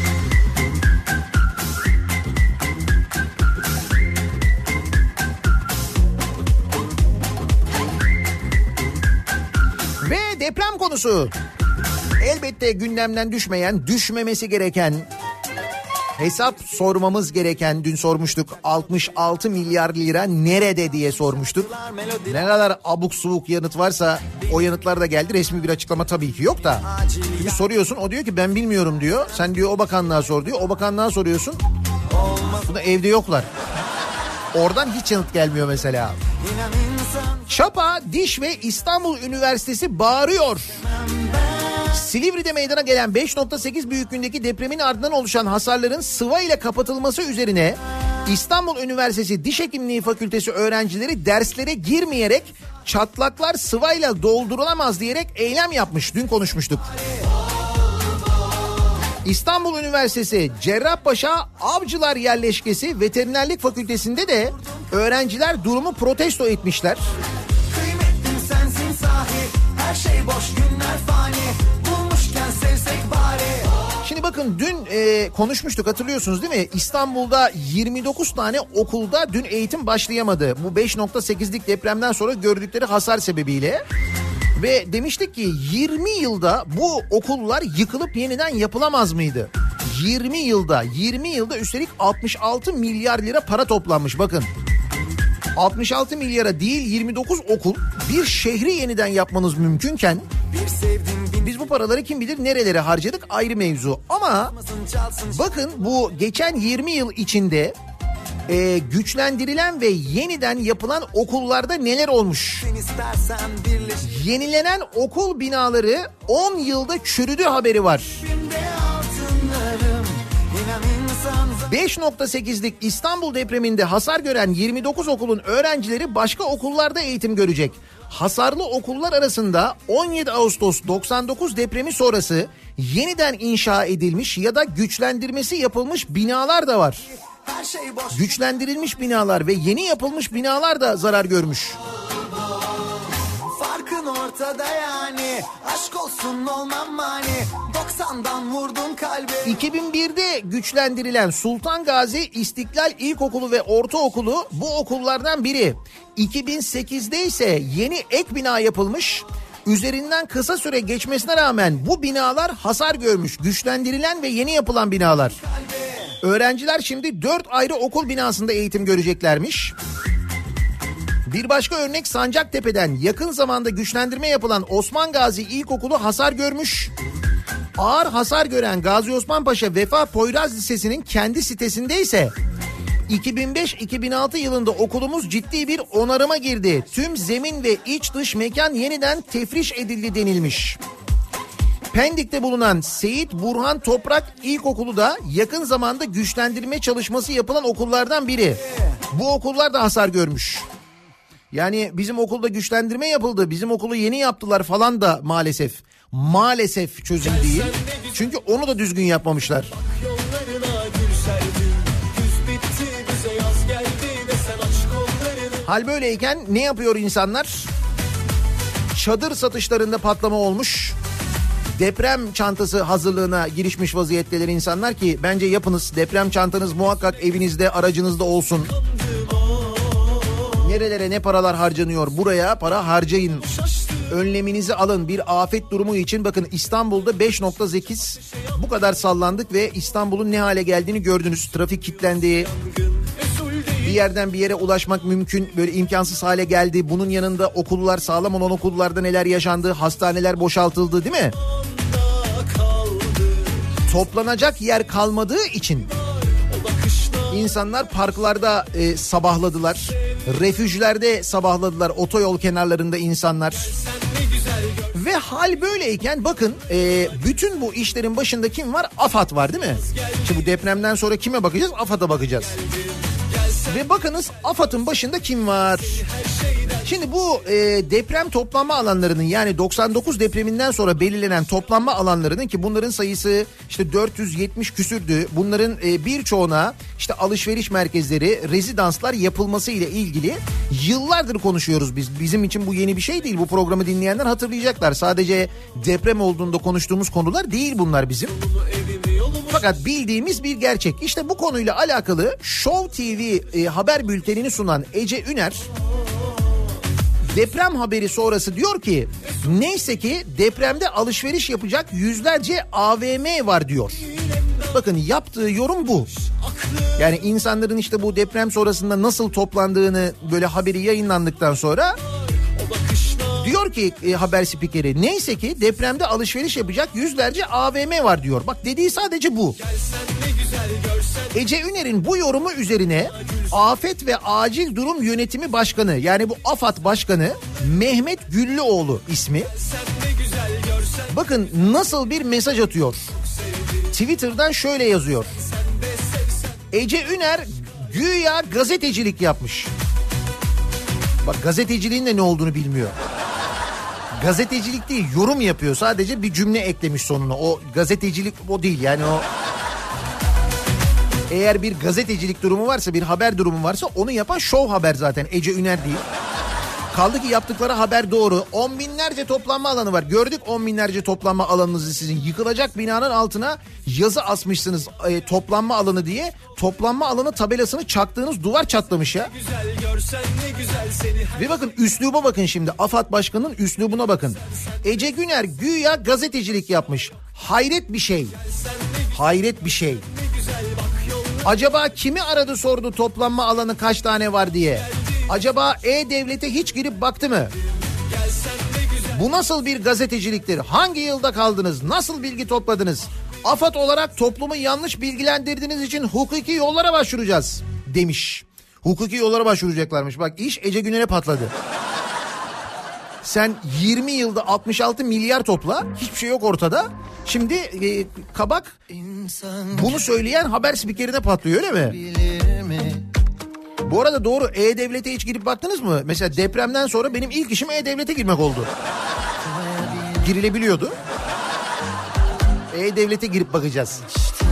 [SPEAKER 2] Ve deprem konusu. Elbette gündemden düşmeyen, düşmemesi gereken, hesap sormamız gereken, dün sormuştuk, 66 milyar lira nerede diye sormuştuk. Ne kadar abuk subuk yanıt varsa o yanıtlar da geldi. Resmi bir açıklama tabii ki yok da. Şimdi soruyorsun, o diyor ki ben bilmiyorum diyor. Sen diyor o bakanlığa sor diyor. O bakanlığa soruyorsun. Bu da evde yoklar. Oradan hiç yanıt gelmiyor mesela. Çapa, Diş ve İstanbul Üniversitesi bağırıyor. Silivri'de meydana gelen 5.8 büyüklüğündeki depremin ardından oluşan hasarların sıva ile kapatılması üzerine İstanbul Üniversitesi Diş Hekimliği Fakültesi öğrencileri derslere girmeyerek çatlaklar sıvayla doldurulamaz diyerek eylem yapmış. Dün konuşmuştuk. İstanbul Üniversitesi Cerrahpaşa Avcılar Yerleşkesi Veterinerlik Fakültesi'nde de öğrenciler durumu protesto etmişler.
[SPEAKER 3] Kıymetlim sensin sahi, her şey boş, günler fani, bulmuşken sevsek bari.
[SPEAKER 2] Şimdi bakın dün konuşmuştuk, hatırlıyorsunuz değil mi? İstanbul'da 29 tane okulda dün eğitim başlayamadı. Bu 5.8'lik depremden sonra gördükleri hasar sebebiyle. Ve demiştik ki 20 yılda bu okullar yıkılıp yeniden yapılamaz mıydı? 20 yılda üstelik 66 milyar lira para toplanmış bakın. 66 milyara değil 29 okul, bir şehri yeniden yapmanız mümkünken Biz bu paraları kim bilir nerelere harcadık ayrı mevzu. Ama bakın bu geçen 20 yıl içinde güçlendirilen ve yeniden yapılan okullarda neler olmuş? Yenilenen okul binaları 10 yılda çürüdü haberi var. 5.8'lik İstanbul depreminde hasar gören 29 okulun öğrencileri başka okullarda eğitim görecek. Hasarlı okullar arasında 17 Ağustos 99 depremi sonrası yeniden inşa edilmiş ya da güçlendirmesi yapılmış binalar da var. Güçlendirilmiş binalar ve yeni yapılmış binalar da zarar görmüş.
[SPEAKER 3] Farkın ortada yani, aşk olsun olmam mani, 90'dan vurdun kalbi.
[SPEAKER 2] 2001'de güçlendirilen Sultan Gazi İstiklal İlkokulu ve Ortaokulu bu okullardan biri. 2008'de ise yeni ek bina yapılmış. Üzerinden kısa süre geçmesine rağmen bu binalar hasar görmüş. Güçlendirilen ve yeni yapılan binalar. Öğrenciler şimdi 4 ayrı okul binasında eğitim göreceklermiş. Bir başka örnek Sancaktepe'den yakın zamanda güçlendirme yapılan Osman Gazi İlkokulu hasar görmüş. Ağır hasar gören Gazi Osman Paşa Vefa Poyraz Lisesi'nin kendi sitesinde ise 2005-2006 yılında okulumuz ciddi bir onarıma girdi. Tüm zemin ve iç dış mekan yeniden tefriş edildi denilmiş. Pendik'te bulunan Seyit Burhan Toprak İlkokulu da yakın zamanda güçlendirme çalışması yapılan okullardan biri. Bu okullar da hasar görmüş. Yani bizim okulda güçlendirme yapıldı, bizim okulu yeni yaptılar falan da maalesef çözüm değil. Çünkü onu da düzgün yapmamışlar. Hal böyleyken ne yapıyor insanlar? Çadır satışlarında patlama olmuş. Deprem çantası hazırlığına girişmiş vaziyetteler insanlar ki bence yapınız. Deprem çantanız muhakkak evinizde, aracınızda olsun. Nerelere ne paralar harcanıyor, buraya para harcayın. Önleminizi alın. Bir afet durumu için bakın İstanbul'da 5.8 bu kadar sallandık ve İstanbul'un ne hale geldiğini gördünüz. Trafik kilitlendi. Bir yerden bir yere ulaşmak mümkün, böyle imkansız hale geldi. Bunun yanında okullar, sağlam olan okullarda neler yaşandı, hastaneler boşaltıldı değil mi? Toplanacak yer kalmadığı için insanlar parklarda sabahladılar. Refüjlerde sabahladılar, otoyol kenarlarında insanlar. Ve hal böyleyken bakın bütün bu işlerin başında kim var? AFAD var değil mi? Şimdi bu depremden sonra kime bakacağız? AFAD'a bakacağız. Ve bakınız AFAD'ın başında kim var? Şimdi bu deprem toplanma alanlarının, yani 99 depreminden sonra belirlenen toplanma alanlarının, ki bunların sayısı işte 470 küsürdü. Bunların birçoğuna işte alışveriş merkezleri, rezidanslar yapılması ile ilgili yıllardır konuşuyoruz biz. Bizim için bu yeni bir şey değil. Bu programı dinleyenler hatırlayacaklar. Sadece deprem olduğunda konuştuğumuz konular değil bunlar bizim. Fakat bildiğimiz bir gerçek. İşte bu konuyla alakalı Show TV haber bültenini sunan Ece Üner deprem haberi sonrası diyor ki neyse ki depremde alışveriş yapacak yüzlerce AVM var diyor. Bakın yaptığı yorum bu. Yani insanların işte bu deprem sonrasında nasıl toplandığını, böyle haberi yayınlandıktan sonra diyor ki haber spikeri, neyse ki depremde alışveriş yapacak yüzlerce AVM var diyor. Bak dediği sadece bu. Ece Üner'in bu yorumu üzerine Afet ve Acil Durum Yönetimi Başkanı, yani bu AFAD Başkanı Mehmet Güllüoğlu ismi, bakın nasıl bir mesaj atıyor. Twitter'dan şöyle yazıyor. Ece Üner güya gazetecilik yapmış. Bak gazeteciliğin de ne olduğunu bilmiyor. Gazetecilik değil, yorum yapıyor. Sadece bir cümle eklemiş sonuna. O gazetecilik o değil yani o. Eğer bir gazetecilik durumu varsa, bir haber durumu varsa onu yapan Show Haber zaten. Ece Üner değil. Kaldı ki yaptıkları haber doğru. 10 binlerce toplanma alanı var. Gördük 10 binlerce toplanma alanınızı sizin. Yıkılacak binanın altına yazı asmışsınız toplanma alanı diye. Toplanma alanı tabelasını çaktığınız duvar çatlamış ya. Ve bakın üsluba bakın şimdi. AFAD Başkanı'nın üslubuna bakın. Ece Güner güya gazetecilik yapmış. Hayret bir şey. Hayret bir şey. Acaba kimi aradı sordu toplanma alanı kaç tane var diye? Acaba E-Devlet'e hiç girip baktı mı? Bu nasıl bir gazeteciliktir? Hangi yılda kaldınız? Nasıl bilgi topladınız? AFAD olarak toplumu yanlış bilgilendirdiğiniz için hukuki yollara başvuracağız demiş. Hukuki yollara başvuracaklarmış. Bak iş Ece Güner'e patladı. Sen 20 yılda 66 milyar topla, hiçbir şey yok ortada. Şimdi kabak bunu söyleyen haber spikerine patlıyor, öyle mi? Bu arada doğru, E-Devlet'e hiç girip baktınız mı? Mesela depremden sonra benim ilk işim E-Devlet'e girmek oldu. Girilebiliyordu. E-Devlet'e girip bakacağız.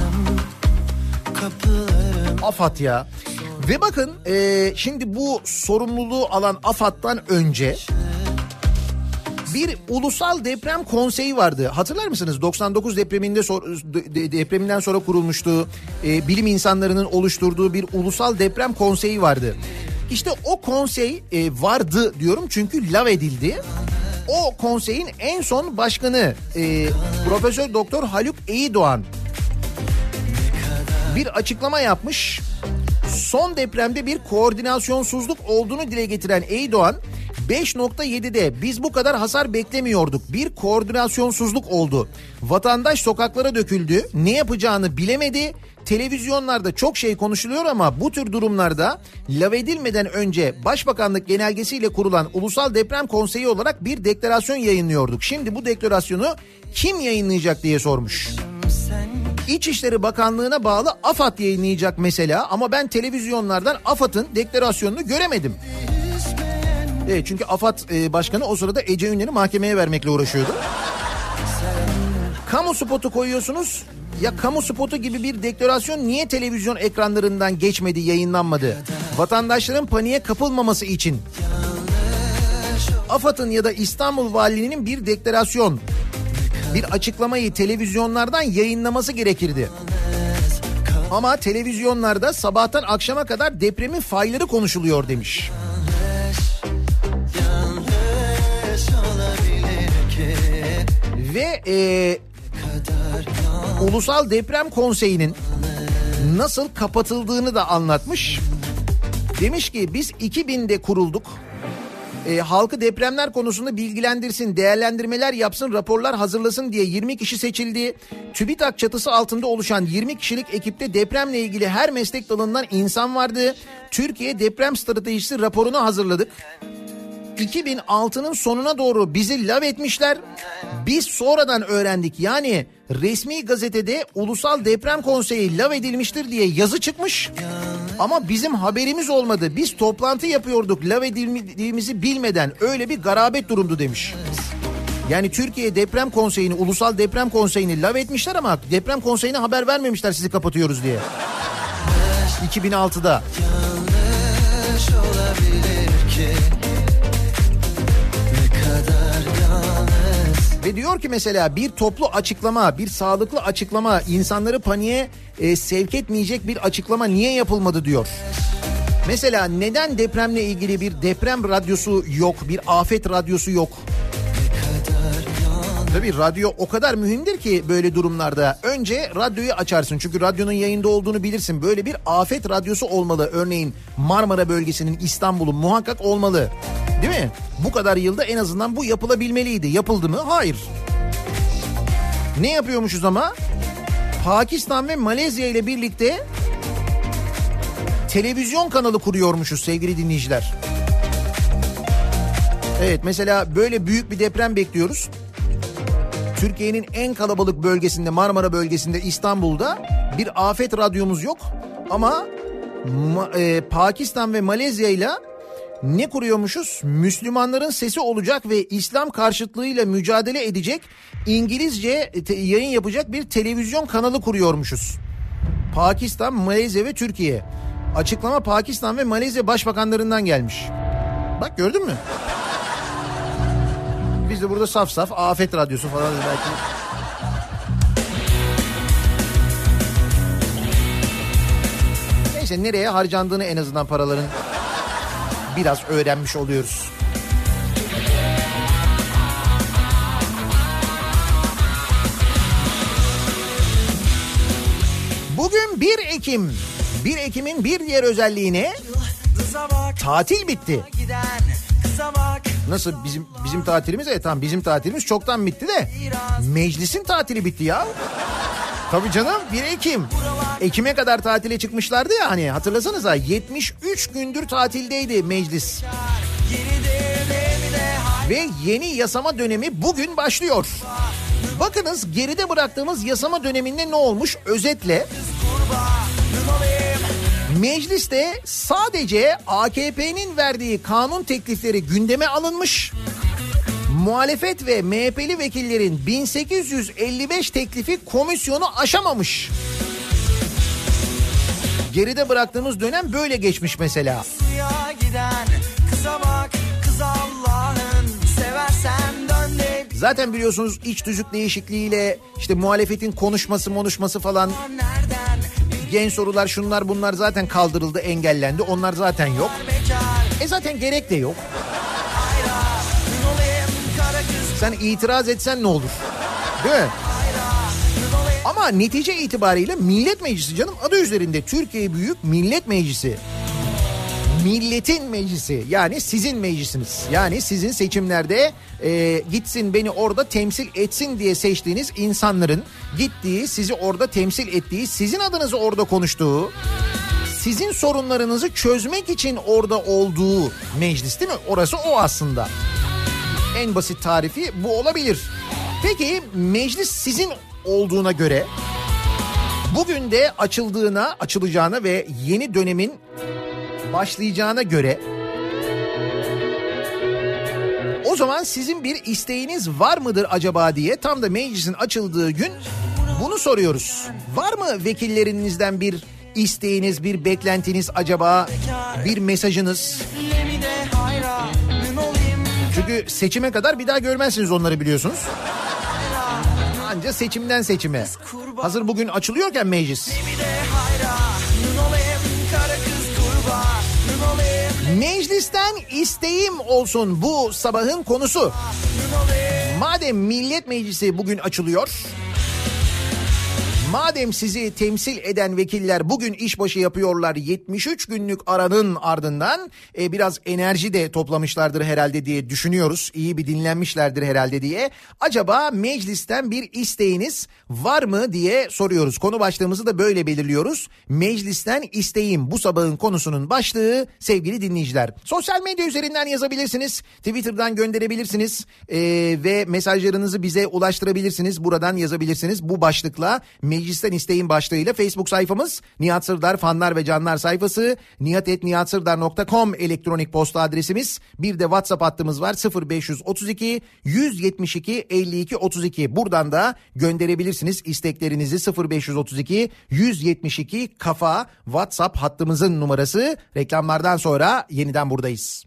[SPEAKER 2] AFAD ya. Ve bakın şimdi bu sorumluluğu alan AFAD'dan önce bir ulusal deprem konseyi vardı. Hatırlar mısınız? 99 depreminden sonra kurulmuştu. Bilim insanlarının oluşturduğu bir ulusal deprem konseyi vardı. İşte o konsey vardı diyorum çünkü lağvedildi. O konseyin en son başkanı Profesör Doktor Haluk Eydoğan bir açıklama yapmış. Son depremde bir koordinasyonsuzluk olduğunu dile getiren Eydoğan, 5.7'de biz bu kadar hasar beklemiyorduk. Bir koordinasyonsuzluk oldu. Vatandaş sokaklara döküldü. Ne yapacağını bilemedi. Televizyonlarda çok şey konuşuluyor ama bu tür durumlarda lağvedilmeden önce Başbakanlık genelgesiyle kurulan Ulusal Deprem Konseyi olarak bir deklarasyon yayınlıyorduk. Şimdi bu deklarasyonu kim yayınlayacak diye sormuş. İçişleri Bakanlığı'na bağlı AFAD yayınlayacak mesela, ama ben televizyonlardan AFAD'ın deklarasyonunu göremedim. Evet, çünkü AFAD Başkanı o sırada Ece Ünler'i mahkemeye vermekle uğraşıyordu. Kamu spotu koyuyorsunuz. Ya kamu spotu gibi bir deklarasyon niye televizyon ekranlarından geçmedi, yayınlanmadı? Vatandaşların paniğe kapılmaması için AFAD'ın ya da İstanbul Valiliğinin bir deklarasyon, bir açıklamayı televizyonlardan yayınlaması gerekirdi. Ama televizyonlarda sabahtan akşama kadar depremin fayları konuşuluyor demiş. Ve Ulusal Deprem Konseyi'nin nasıl kapatıldığını da anlatmış. Demiş ki biz 2000'de kurulduk. Halkı depremler konusunda bilgilendirsin, değerlendirmeler yapsın, raporlar hazırlasın diye 20 kişi seçildi. TÜBİTAK çatısı altında oluşan 20 kişilik ekipte depremle ilgili her meslek dalından insan vardı. Türkiye Deprem Stratejisi raporunu hazırladık. 2006'nın sonuna doğru bizi lağvetmişler. Biz sonradan öğrendik. Yani resmi gazetede Ulusal Deprem Konseyi lağvedilmiştir diye yazı çıkmış. Ama bizim haberimiz olmadı. Biz toplantı yapıyorduk lağvedildiğimizi bilmeden. Öyle bir garabet durumdu demiş. Yani Türkiye Deprem Konseyi'ni, Ulusal Deprem Konseyi'ni lağvetmişler ama Deprem Konseyi'ne haber vermemişler sizi kapatıyoruz diye. 2006'da. Ve diyor ki mesela bir toplu açıklama, bir sağlıklı açıklama, insanları paniğe sevk etmeyecek bir açıklama niye yapılmadı diyor. Mesela neden depremle ilgili bir deprem radyosu yok, bir afet radyosu yok? Tabii radyo o kadar mühimdir ki böyle durumlarda. Önce radyoyu açarsın çünkü radyonun yayında olduğunu bilirsin. Böyle bir afet radyosu olmalı. Örneğin Marmara bölgesinin, İstanbul'un muhakkak olmalı. Değil mi? Bu kadar yılda en azından bu yapılabilmeliydi. Yapıldı mı? Hayır. Ne yapıyormuşuz ama? Pakistan ve Malezya ile birlikte televizyon kanalı kuruyormuşuz sevgili dinleyiciler. Evet, mesela böyle büyük bir deprem bekliyoruz. Türkiye'nin en kalabalık bölgesinde, Marmara bölgesinde, İstanbul'da bir afet radyomuz yok. Ama Pakistan ve Malezya ile ne kuruyormuşuz? Müslümanların sesi olacak ve İslam karşıtlığıyla mücadele edecek, İngilizce yayın yapacak bir televizyon kanalı kuruyormuşuz. Pakistan, Malezya ve Türkiye. Açıklama Pakistan ve Malezya başbakanlarından gelmiş. Bak, gördün mü? Biz de burada saf saf afet radyosu falan belki. Neyse, nereye harcandığını en azından paraların biraz öğrenmiş oluyoruz. Bugün 1 Ekim. 1 Ekim'in bir diğer özelliğine tatil bitti. Nasıl bizim tatilimiz? Tamam, bizim tatilimiz çoktan bitti de meclisin tatili bitti ya. Tabii canım, 1 Ekim. Ekim'e kadar tatile çıkmışlardı ya hani, hatırlasanıza 73 gündür tatildeydi meclis. Ve yeni yasama dönemi bugün başlıyor. Bakınız geride bıraktığımız yasama döneminde ne olmuş özetle. Mecliste sadece AKP'nin verdiği kanun teklifleri gündeme alınmış. Muhalefet ve MHP'li vekillerin 1855 teklifi komisyonu aşamamış. Geride bıraktığımız dönem böyle geçmiş mesela. Zaten biliyorsunuz iç tüzük değişikliğiyle işte muhalefetin konuşması falan, gen sorular, şunlar bunlar zaten kaldırıldı, engellendi. Onlar zaten yok. Zaten gerek de yok. Sen itiraz etsen ne olur? Değil mi? Ama netice itibariyle Millet Meclisi canım, adı üzerinde Türkiye Büyük Millet Meclisi. Milletin meclisi, yani sizin meclisiniz. Yani sizin seçimlerde gitsin beni orada temsil etsin diye seçtiğiniz insanların gittiği, sizi orada temsil ettiği, sizin adınızı orada konuştuğu, sizin sorunlarınızı çözmek için orada olduğu meclis değil mi? Orası o aslında. En basit tarifi bu olabilir. Peki meclis sizin olduğuna göre, bugün de açılacağına ve yeni dönemin başlayacağına göre, o zaman sizin bir isteğiniz var mıdır acaba diye tam da meclisin açıldığı gün bunu soruyoruz. Var mı vekillerinizden bir isteğiniz, bir beklentiniz acaba, bir mesajınız? Çünkü seçime kadar bir daha görmezsiniz onları, biliyorsunuz. Anca seçimden seçime. Hazır bugün açılıyorken meclis. Meclisten isteğim olsun bu sabahın konusu. Madem Millet Meclisi bugün açılıyor, madem sizi temsil eden vekiller bugün işbaşı yapıyorlar, 73 günlük aranın ardından biraz enerji de toplamışlardır herhalde diye düşünüyoruz. İyi bir dinlenmişlerdir herhalde diye. Acaba meclisten bir isteğiniz var mı diye soruyoruz. Konu başlığımızı da böyle belirliyoruz. Meclisten isteğim bu sabahın konusunun başlığı sevgili dinleyiciler. Sosyal medya üzerinden yazabilirsiniz. Twitter'dan gönderebilirsiniz ve mesajlarınızı bize ulaştırabilirsiniz. Buradan yazabilirsiniz bu başlıkla. Meclisten isteğin başlığıyla Facebook sayfamız Nihat Sırdar fanlar ve canlar sayfası, nihat@nihatsırdar.com elektronik posta adresimiz. Bir de WhatsApp hattımız var, 0532 172 52 32. Buradan da gönderebilirsiniz isteklerinizi. 0532 172 kafa WhatsApp hattımızın numarası. Reklamlardan sonra yeniden buradayız.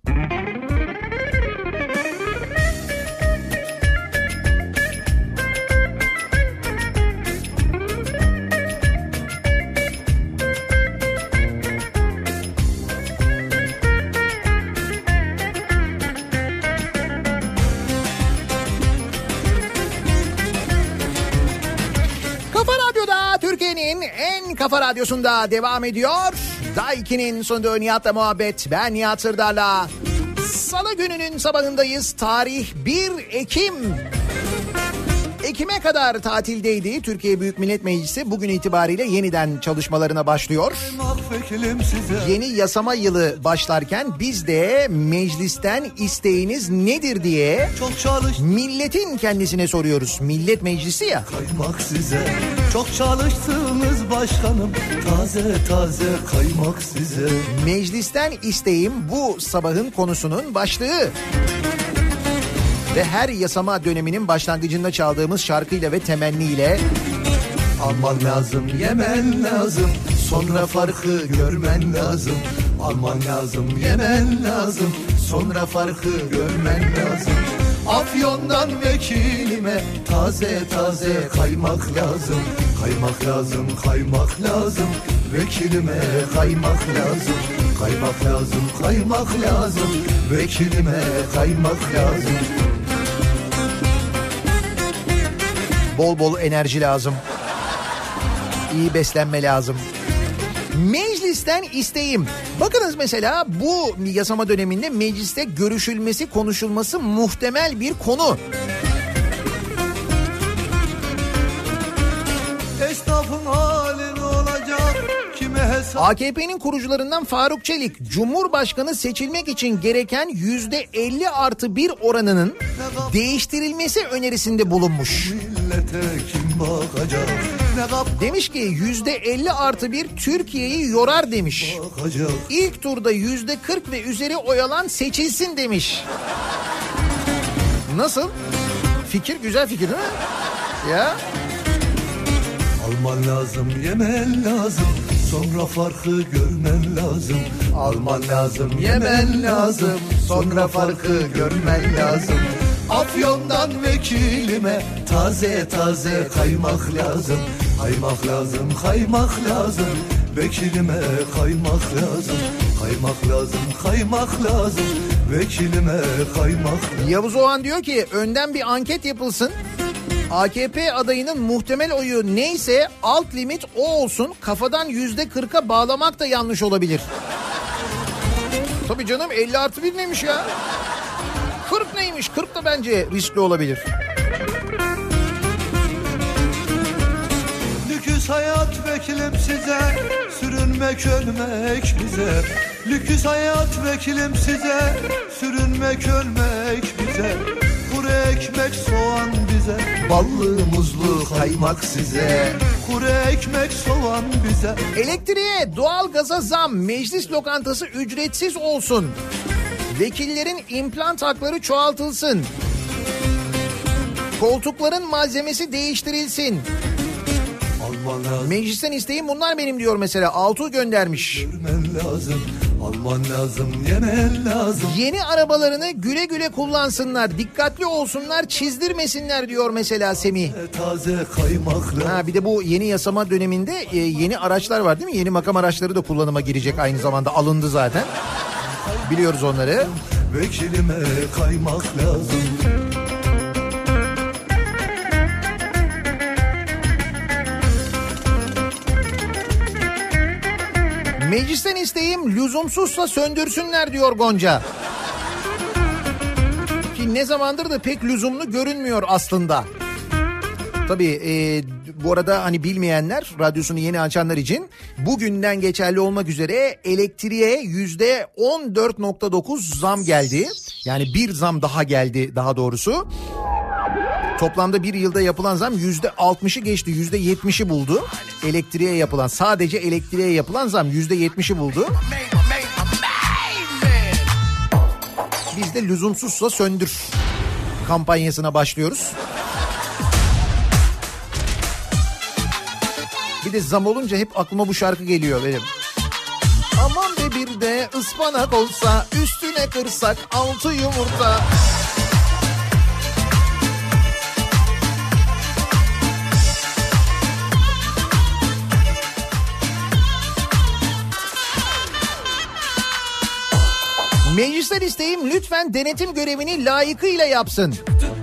[SPEAKER 2] En Kafa Radyosu'nda devam ediyor. Daiki'nin sonunda Nihat'la muhabbet. Ben Nihat Sırdar'la. Salı gününün sabahındayız. Tarih 1 Ekim. Ekim'e kadar tatildeydi Türkiye Büyük Millet Meclisi. Bugün itibariyle yeniden çalışmalarına başlıyor. Yeni yasama yılı başlarken biz de meclisten isteğiniz nedir diye milletin kendisine soruyoruz. Millet Meclisi ya.
[SPEAKER 3] Kaymak size çok çalıştınız başkanım, taze taze kaymak size.
[SPEAKER 2] Meclisten isteğim bu sabahın konusunun başlığı. Ve her yasama döneminin başlangıcında çaldığımız şarkıyla ve temenniyle
[SPEAKER 3] alman lazım, yemen lazım, sonra farkı görmen lazım. Alman lazım, yemen lazım, sonra farkı görmen lazım. Afyon'dan vekilime taze taze kaymak lazım. Kaymak lazım, kaymak lazım, vekilime kaymak lazım. Kaymak lazım, kaymak lazım, vekilime kaymak lazım.
[SPEAKER 2] Bol bol enerji lazım. İyi beslenme lazım. Meclisten isteğim. Bakınız mesela bu yasama döneminde mecliste görüşülmesi, konuşulması muhtemel bir konu.
[SPEAKER 3] Esnafın hali ne olacak? Kime hesap?
[SPEAKER 2] AKP'nin kurucularından Faruk Çelik, Cumhurbaşkanı seçilmek için gereken %50+1 oranının değiştirilmesi önerisinde bulunmuş.
[SPEAKER 3] Millete kim bakacak? Ne
[SPEAKER 2] Demiş ki %50+1 Türkiye'yi yorar demiş.
[SPEAKER 3] bakacak?
[SPEAKER 2] İlk turda %40 ve üzeri oy alan seçilsin demiş. Nasıl? Fikir güzel fikir değil mi? Ya.
[SPEAKER 3] Alman lazım, yemen lazım. Sonra farkı görmen lazım. Alman lazım, yemen lazım. Sonra farkı görmen lazım. Afyon'dan vekilime taze taze kaymak lazım. Kaymak lazım, kaymak lazım. Vekilime kaymak lazım. Kaymak lazım, kaymak lazım. Vekilime kaymak lazım.
[SPEAKER 2] Yavuz Oğan diyor ki önden bir anket yapılsın. AKP adayının muhtemel oyu neyse alt limit o olsun. Kafadan %40'a bağlamak da yanlış olabilir. Tabii canım 50+1 neymiş ya? 40 neymiş? 40 da bence riskli olabilir.
[SPEAKER 3] Lüküs hayat vekilim size, sürünmek ölmek bize. Lüküs hayat vekilim size, sürünmek ölmek bize. Kuru ekmek soğan bize, ballı muzlu kaymak size. Kuru ekmek soğan bize.
[SPEAKER 2] Elektriğe, doğalgaza zam, meclis lokantası ücretsiz olsun. Vekillerin implant hakları çoğaltılsın. Koltukların malzemesi değiştirilsin.
[SPEAKER 3] Alman lazım,
[SPEAKER 2] Meclisten isteğim bunlar benim diyor mesela. Altuğ göndermiş.
[SPEAKER 3] yemen lazım. Alman lazım, yemen lazım.
[SPEAKER 2] Yeni arabalarını güle güle kullansınlar. Dikkatli olsunlar, çizdirmesinler diyor mesela Semih.
[SPEAKER 3] Taze kaymak lazım.
[SPEAKER 2] Ha bir de bu yeni yasama döneminde yeni araçlar var değil mi? Yeni makam araçları da kullanıma girecek aynı zamanda. Alındı zaten. Biliyoruz onları.
[SPEAKER 3] Vekilime kaymak lazım.
[SPEAKER 2] Meclisten isteğim lüzumsuzsa söndürsünler diyor Gonca. Ki ne zamandır da pek lüzumlu görünmüyor aslında. Tabii bu arada hani bilmeyenler, radyosunu yeni açanlar için bugünden geçerli olmak üzere elektriğe %14.9 zam geldi. Yani bir zam daha geldi daha doğrusu. Toplamda bir yılda yapılan zam %60'ı geçti, %70'i buldu. Elektriğe yapılan, sadece elektriğe yapılan zam %70'i buldu. Biz de lüzumsuzsa söndür kampanyasına başlıyoruz. Bir de zam olunca hep aklıma bu şarkı geliyor benim. Aman be bir de ıspanak olsa üstüne kırsak 6 yumurta. Meclisten isteğim lütfen denetim görevini layıkıyla yapsın.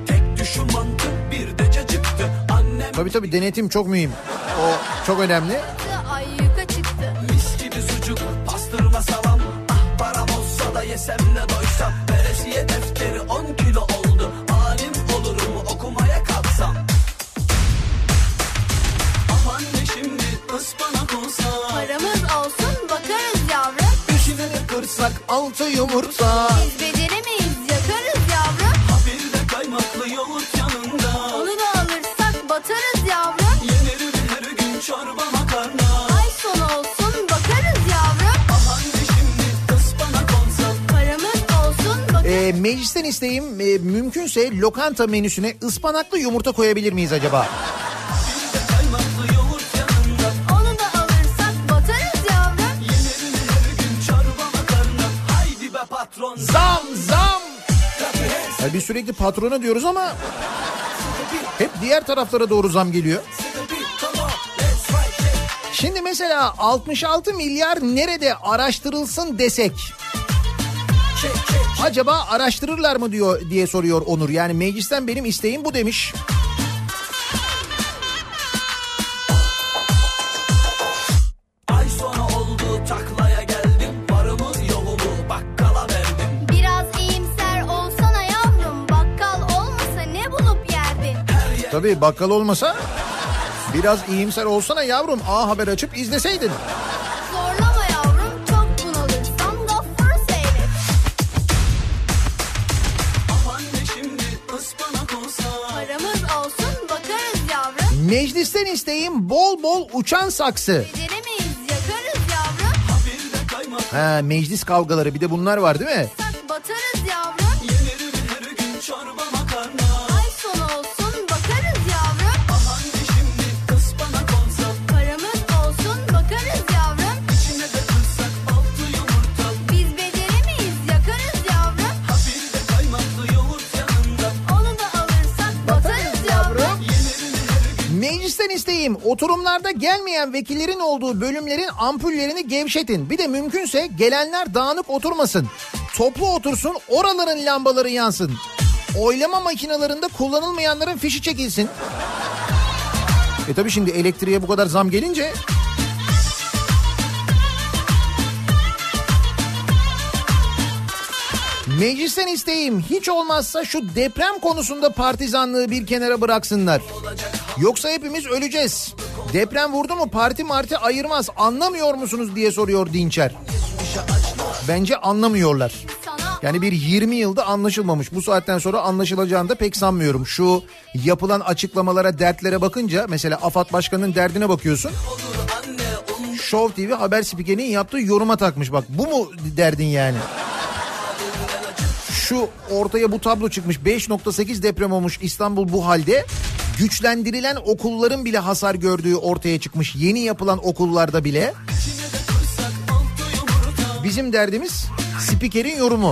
[SPEAKER 2] Tabii denetim çok mühim. O çok önemli.
[SPEAKER 6] Ay yuka çıktı.
[SPEAKER 5] Mis gibi sucuk, pastırma salam. Ah param olsa da yesem ne doysam. Veresiye defteri 10 kilo oldu. Alim olurum okumaya kalksam. Aman ne şimdi ıspanak olsa.
[SPEAKER 6] Paramız olsun bakarız yavrum.
[SPEAKER 2] Üstüne kırsak 6 yumurta.
[SPEAKER 6] Biz beceremeyiz yakarız yavrum.
[SPEAKER 5] Ha bir de kaymaklı yoğurt yanında.
[SPEAKER 6] Onu da alırsak batarız yavrum.
[SPEAKER 5] Yenir mi her gün çorba makarna.
[SPEAKER 6] Ay sonu olsun bakarız yavrum.
[SPEAKER 5] Aman ne şimdi ıspanak olsa.
[SPEAKER 6] Paramız olsun bakarız.
[SPEAKER 2] Meclisten isteğim mümkünse lokanta menüsüne ıspanaklı yumurta koyabilir miyiz acaba?
[SPEAKER 5] Bir de kaymaklı yoğurt yanında.
[SPEAKER 6] Onu da alırsak batarız yavrum.
[SPEAKER 5] Yenir mi her gün çorba makarna. Haydi be patron.
[SPEAKER 2] Zam zam. Yani biz sürekli patrona diyoruz ama hep diğer taraflara doğru zam geliyor. Şimdi mesela 66 milyar nerede araştırılsın desek. Acaba araştırırlar mı diye soruyor Onur. Yani meclisten benim isteğim bu demiş.
[SPEAKER 5] Ay sonu
[SPEAKER 2] Tabii bakkal olmasa biraz iyimser olsana yavrum. A Haber açıp izleseydin.
[SPEAKER 8] Zorlama yavrum, çok bunalırsan gaffuru seyret. Paramız olsun bakarız yavrum.
[SPEAKER 2] Meclisten isteğim bol bol uçan saksı.
[SPEAKER 8] Beceremeyiz yakarız yavrum.
[SPEAKER 2] Ha, meclis kavgaları bir de bunlar var değil mi?
[SPEAKER 8] Batarız yavrum. Ay sonu olsun bakarız yavrum. Paramız olsun bakarız yavrum. Biz beceremeyiz yakarız yavrum. Onu da alırsak batarız yavrum.
[SPEAKER 2] Meclisten isteğim oturumlarda gelmeyen vekillerin olduğu bölümlerin ampullerini gevşetin. Bir de mümkünse gelenler dağınık oturmasın. Toplu otursun, oraların lambaları yansın. Oylama makinelerinde kullanılmayanların fişi çekilsin. Tabii şimdi elektriğe bu kadar zam gelince... Meclisten isteğim hiç olmazsa şu deprem konusunda partizanlığı bir kenara bıraksınlar. Yoksa hepimiz öleceğiz. Deprem vurdu mu parti marti ayırmaz, anlamıyor musunuz diye soruyor Dinçer. Bence anlamıyorlar. Yani bir 20 yılda anlaşılmamış. Bu saatten sonra anlaşılacağını da pek sanmıyorum. Şu yapılan açıklamalara, dertlere bakınca mesela AFAD Başkanı'nın derdine bakıyorsun. Show TV haber spikerinin yaptığı yoruma takmış, bak bu mu derdin yani? Şu ortaya bu tablo çıkmış, 5.8 deprem olmuş İstanbul bu halde. Güçlendirilen okulların bile hasar gördüğü ortaya çıkmış, yeni yapılan okullarda bile. Bizim derdimiz spikerin yorumu.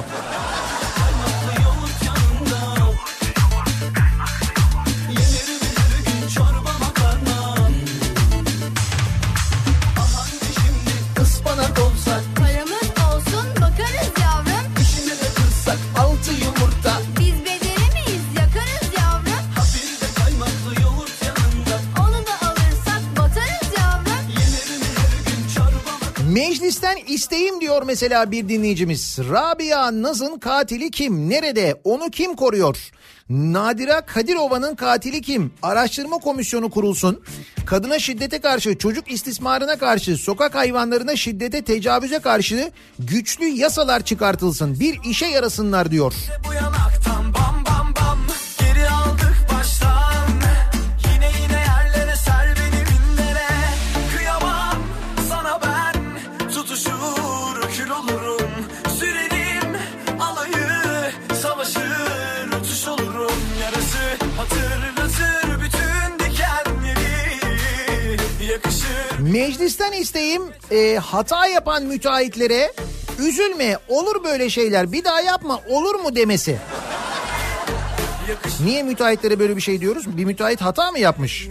[SPEAKER 8] Ispanak olsak paramız olsun bakarız yavrum. İçine de kırsak 6 yumurta. Biz beceremeyiz yakarız yavrum. Bir de kaymaklı yoğurt yanında. Onu da alırsak batarız yavrum.
[SPEAKER 5] Yenerim her gün çorba.
[SPEAKER 2] Meclisten isteğim diyor mesela bir dinleyicimiz. Rabia Naz'ın katili kim? Nerede? Onu kim koruyor? Nadira Kadirova'nın katili kim? Araştırma komisyonu kurulsun. Kadına şiddete karşı, çocuk istismarına karşı, sokak hayvanlarına şiddete, tecavüze karşı güçlü yasalar çıkartılsın. Bir işe yarasınlar diyor.
[SPEAKER 5] Bu yanaktan bam bam bam geri aldık baştan. Yine yerlere ser beni binlere. Kıyamam sana ben, tutuşur kül olurum. Sürerim alayı, savaşır uçuş olurum. Yarası hatırlatır bütün dikenleri, yakışır.
[SPEAKER 2] Meclisten isteğim hata yapan müteahhitlere üzülme, olur böyle şeyler, bir daha yapma, olur mu demesi. Niye müteahhitlere böyle bir şey diyoruz? Bir müteahhit hata mı yapmış?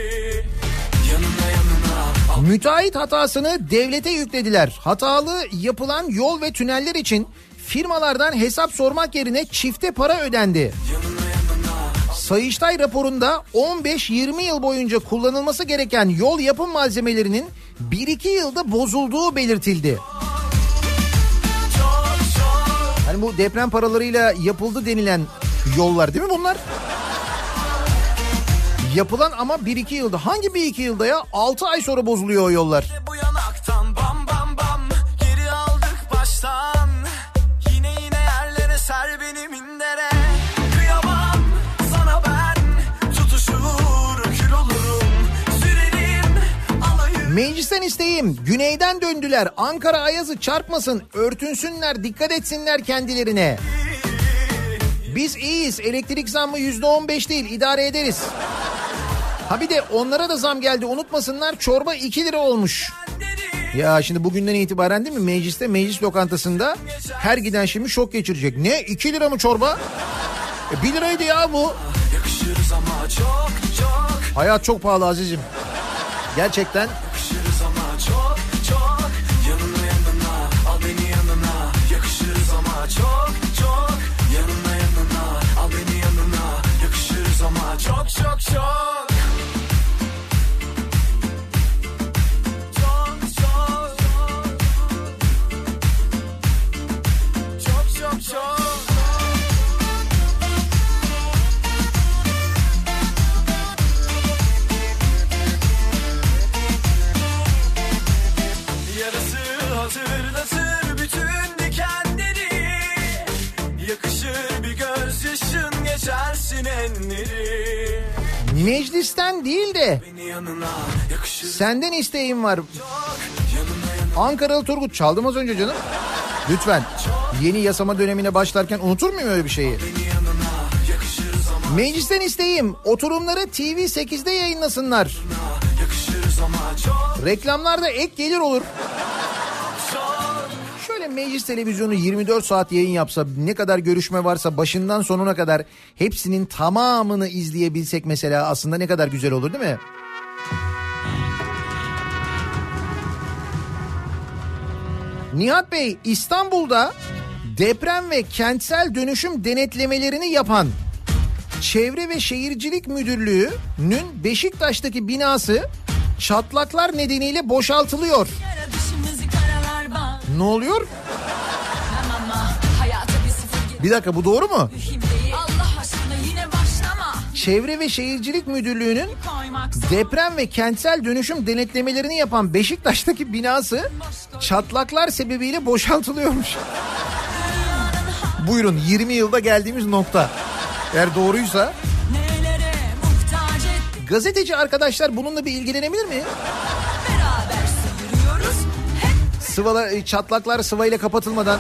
[SPEAKER 2] Müteahhit hatasını devlete yüklediler. Hatalı yapılan yol ve tüneller için firmalardan hesap sormak yerine çifte para ödendi. Sayıştay raporunda 15-20 yıl boyunca kullanılması gereken yol yapım malzemelerinin 1-2 yılda bozulduğu belirtildi. Hani bu deprem paralarıyla yapıldı denilen yollar değil mi bunlar? Yapılan ama 1-2 yılda. Hangi 1-2 yılda ya? 6 ay sonra bozuluyor o yollar.
[SPEAKER 5] Bu yanaktan bam bam bam geri aldık baştan. Yine yerlere ser beni mindere. Kıyamam sana ben, tutuşur kül olurum. Sürerim alayı.
[SPEAKER 2] Meclisten isteğim, güneyden döndüler, Ankara ayazı çarpmasın, örtünsünler, dikkat etsinler kendilerine. Biz iyiyiz, elektrik zammı %15 değil, idare ederiz. Ha bir de onlara da zam geldi, unutmasınlar, çorba 2 lira olmuş. Ya şimdi bugünden itibaren değil mi mecliste, meclis lokantasında her giden şimdi şok geçirecek. Ne 2 lira mı çorba? 1 liraydı ya bu.
[SPEAKER 5] Yakışırız ama çok çok.
[SPEAKER 2] Hayat çok pahalı azizim. Gerçekten.
[SPEAKER 5] Yakışırız ama çok çok. Yanına al beni yanına. Yakışırız ama çok çok. Yanına al beni yanına. Yakışırız ama çok çok çok.
[SPEAKER 2] Meclisten değil de senden isteğim var. Ankaralı Turgut, çaldım az önce canım. Lütfen yeni yasama dönemine başlarken unutur muyum öyle bir şeyi? Meclisten isteğim oturumları TV8'de yayınlasınlar. Reklamlarda ek gelir olur. Şöyle meclis televizyonu 24 saat yayın yapsa, ne kadar görüşme varsa başından sonuna kadar hepsinin tamamını izleyebilsek mesela, aslında ne kadar güzel olur değil mi? Nihat Bey, İstanbul'da deprem ve kentsel dönüşüm denetlemelerini yapan Çevre ve Şehircilik Müdürlüğü'nün Beşiktaş'taki binası çatlaklar nedeniyle boşaltılıyor. Ne oluyor? Bir dakika, bu doğru mu? Çevre ve Şehircilik Müdürlüğü'nün deprem ve kentsel dönüşüm denetlemelerini yapan Beşiktaş'taki binası çatlaklar sebebiyle boşaltılıyormuş. Buyurun, 20 yılda geldiğimiz nokta. Eğer doğruysa. Gazeteci arkadaşlar bununla bir ilgilenebilir mi? Sıvalar, çatlaklar sıvayla kapatılmadan.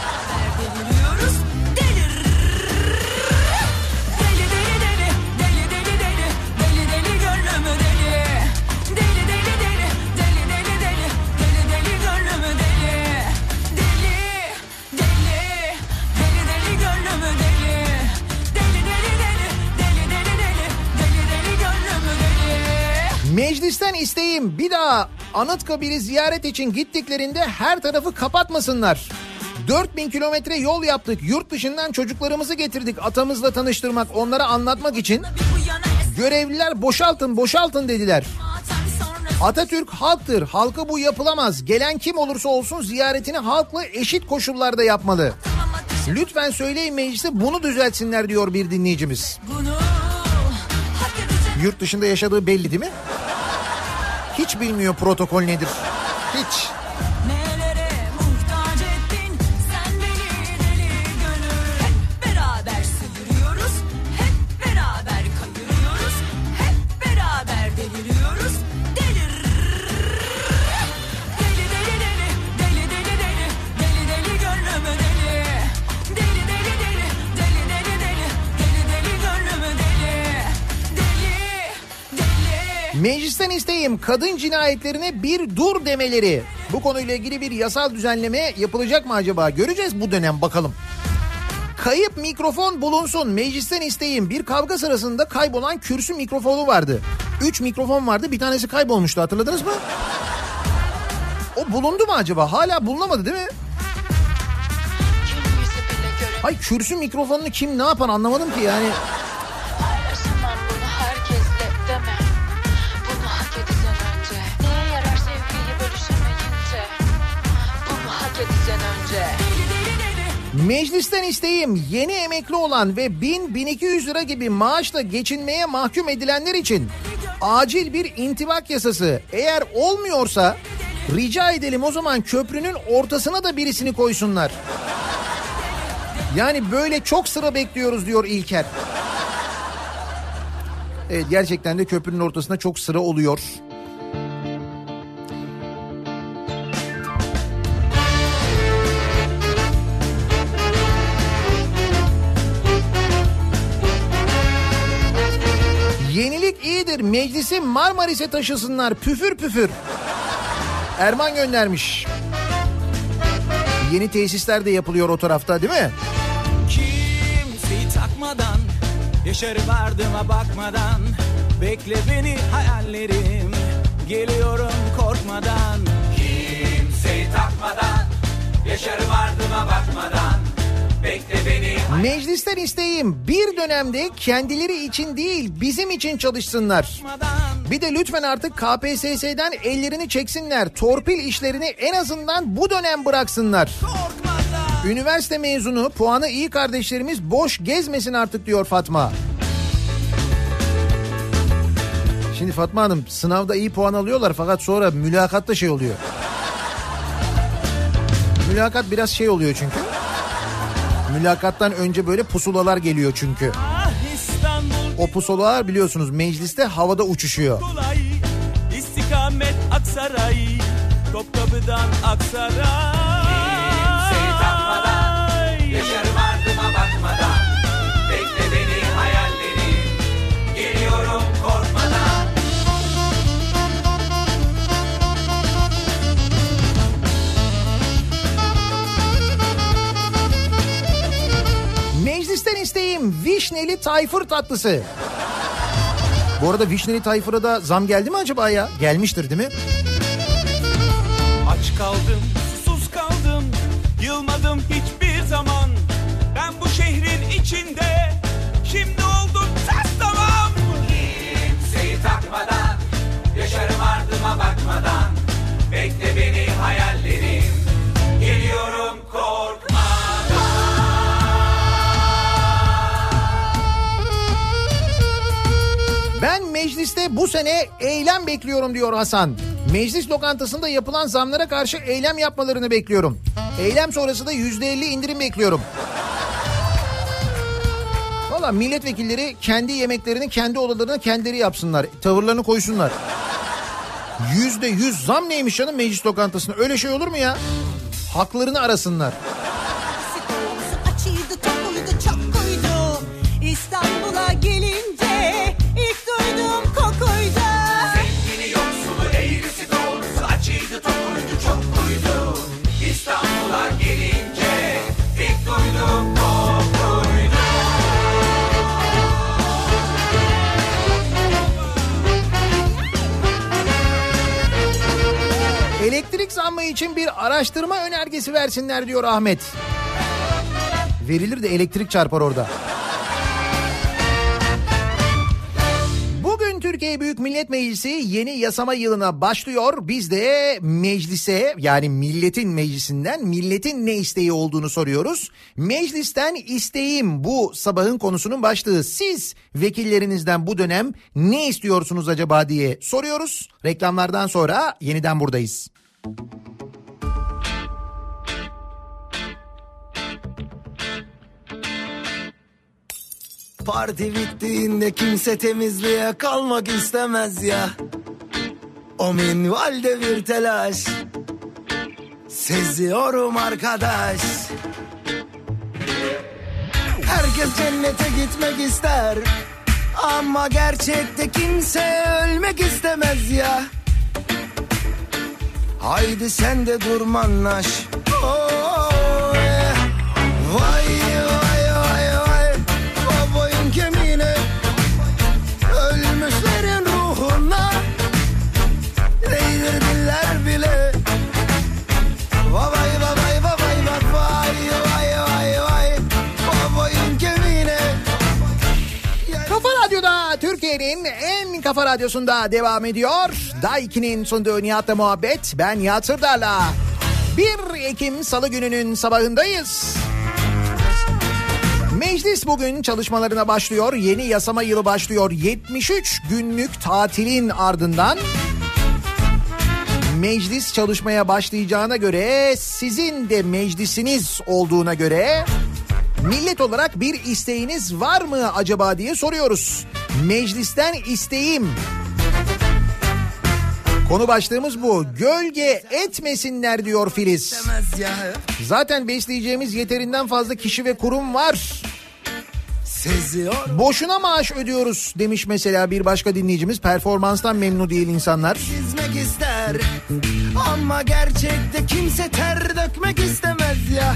[SPEAKER 2] Meclisten isteğim bir daha Anıtkabir'i ziyaret için gittiklerinde her tarafı kapatmasınlar. 4000 kilometre yol yaptık. Yurt dışından çocuklarımızı getirdik atamızla tanıştırmak, onlara anlatmak için. Görevliler boşaltın boşaltın dediler. Atatürk halktır. Halka bu yapılamaz. Gelen kim olursa olsun ziyaretini halkla eşit koşullarda yapmalı. Lütfen söyleyin meclise bunu düzeltsinler diyor bir dinleyicimiz. Yurt dışında yaşadığı belli değil mi? Hiç bilmiyor protokol nedir. Hiç.
[SPEAKER 9] Nelere muhtaç ettin sen beni deli gönül. Hep beraber sıyırıyoruz, hep beraber kayırıyoruz, hep beraber deliriyoruz. Delir. Deli deli deli, deli deli deli, deli deli gönlümü deli. Deli deli deli, deli deli deli, deli deli gönlümü deli. Deli, deli.
[SPEAKER 2] Meclisten isteğim kadın cinayetlerine bir dur demeleri. Bu konuyla ilgili bir yasal düzenleme yapılacak mı acaba? Göreceğiz bu dönem, bakalım. Kayıp mikrofon bulunsun. Meclisten isteğim. Bir kavga sırasında kaybolan kürsü mikrofonu vardı. 3 mikrofon vardı, bir tanesi kaybolmuştu, hatırladınız mı? O bulundu mu acaba? Hala bulunamadı değil mi? Hayır, kürsü mikrofonunu kim ne yapar anlamadım ki yani.
[SPEAKER 10] Paylaşamam bunu herkesle deme. Bunu hak edeceksin önce. Neye yarar sevgiyi bölüşemeyince? Bunu hak edeceksin önce.
[SPEAKER 2] Meclisten isteğim yeni emekli olan ve 1000-1200 lira gibi maaşla geçinmeye mahkum edilenler için acil bir intibak yasası. Eğer olmuyorsa rica edelim o zaman köprünün ortasına da birisini koysunlar. Yani böyle çok sıra bekliyoruz diyor İlker. Evet, gerçekten de köprünün ortasında çok sıra oluyor. Yenilik iyidir. Meclisi Marmaris'e taşısınlar. Püfür püfür. Erman göndermiş. Yeni tesisler de yapılıyor o tarafta değil mi?
[SPEAKER 5] Kimseyi takmadan, yaşarım ardıma bakmadan. Bekle beni hayallerim, geliyorum korkmadan. Kimseyi takmadan, yaşarım ardıma bakmadan. Bekle beni.
[SPEAKER 2] Meclisten isteğim bir dönemde kendileri için değil bizim için çalışsınlar. Bir de lütfen artık KPSS'den ellerini çeksinler. Torpil işlerini en azından bu dönem bıraksınlar. Üniversite mezunu, puanı iyi kardeşlerimiz boş gezmesin artık diyor Fatma. Şimdi Fatma Hanım, sınavda iyi puan alıyorlar fakat sonra mülakatta şey oluyor. Mülakat biraz şey oluyor çünkü. Mülakattan önce böyle pusulalar geliyor çünkü.
[SPEAKER 5] Ah İstanbul
[SPEAKER 2] O pusulalar biliyorsunuz mecliste havada uçuşuyor.
[SPEAKER 11] Kolay, istikamet Aksaray, Topkapı'dan Aksaray.
[SPEAKER 5] Seni takmadan, yaşarım ardıma bakmadan. Bekle beni hayallerim, geliyorum korkmadan.
[SPEAKER 2] Meclisten isteğim vişneli tayfır tatlısı. Bu arada vişneli tayfıra da zam geldi mi acaba ya? Gelmiştir değil mi?
[SPEAKER 11] Aç kaldım, susuz kaldım, yılmadım hiçbir zaman. Ben bu şehrin içinde, şimdi oldum ters tamam.
[SPEAKER 5] Kimseyi takmadan, yaşarım ardıma bakmadan. Bekle beni hayallerim, geliyorum korkmadan.
[SPEAKER 2] Ben mecliste bu sene eylem bekliyorum diyor Hasan. Meclis lokantasında yapılan zamlara karşı eylem yapmalarını bekliyorum. Eylem sonrası da %50 indirim bekliyorum. Valla milletvekilleri kendi yemeklerini kendi odalarına kendileri yapsınlar. Tavırlarını koysunlar. %100 zam neymiş canım meclis lokantasına? Öyle şey olur mu ya? Haklarını arasınlar.
[SPEAKER 9] Açıydı, topluydu, çokuydu. İstanbul'a gelince ilk duydum kokuydu.
[SPEAKER 5] Zengini yoksulu, eğrisi doğrusu, açıydı topuydu çokuydu. İstanbul'a gelince ilk duydum kokuydu.
[SPEAKER 2] Elektrik zammı için bir araştırma önergesi versinler diyor Ahmet. Verilir de elektrik çarpar orada. Bugün Türkiye Büyük Millet Meclisi yeni yasama yılına başlıyor. Biz de meclise, yani milletin meclisinden milletin ne isteği olduğunu soruyoruz. Meclisten isteğim bu sabahın konusunun başlığı. Siz vekillerinizden bu dönem ne istiyorsunuz acaba diye soruyoruz. Reklamlardan sonra yeniden buradayız.
[SPEAKER 3] Parti bittiğinde kimse temizliğe kalmak istemez ya. O minvalde bir telaş seziyorum arkadaş. Herkes cennete gitmek ister ama gerçekte kimse ölmek istemez ya. Haydi sen de durmanlaş. Oh, yeah. Vay vay vay vay, o boyun kemiğine, ölmüşlerin ruhuna değdirdiler bile. Vay vay vay vay vay vay vay vay vay, o boyun kemiğine.
[SPEAKER 2] Kafa Radyo'da, Türkiye'nin en kafa radyosunda devam ediyor. Daiki'nin sunduğu Nihat'la muhabbet. Ben Nihat Sırdar'la. 1 Ekim Salı gününün sabahındayız. Meclis bugün çalışmalarına başlıyor. Yeni yasama yılı başlıyor. 73 günlük tatilin ardından meclis çalışmaya başlayacağına göre, sizin de meclisiniz olduğuna göre millet olarak bir isteğiniz var mı acaba diye soruyoruz. Meclisten isteğim. Konu başlığımız bu. Gölge etmesinler diyor Filiz. Zaten besleyeceğimiz yeterinden fazla kişi ve kurum var. Boşuna maaş ödüyoruz demiş mesela bir başka dinleyicimiz. Performanstan memnun değil insanlar.
[SPEAKER 3] Gizmek ister ama gerçekte kimse ter dökmek istemez ya.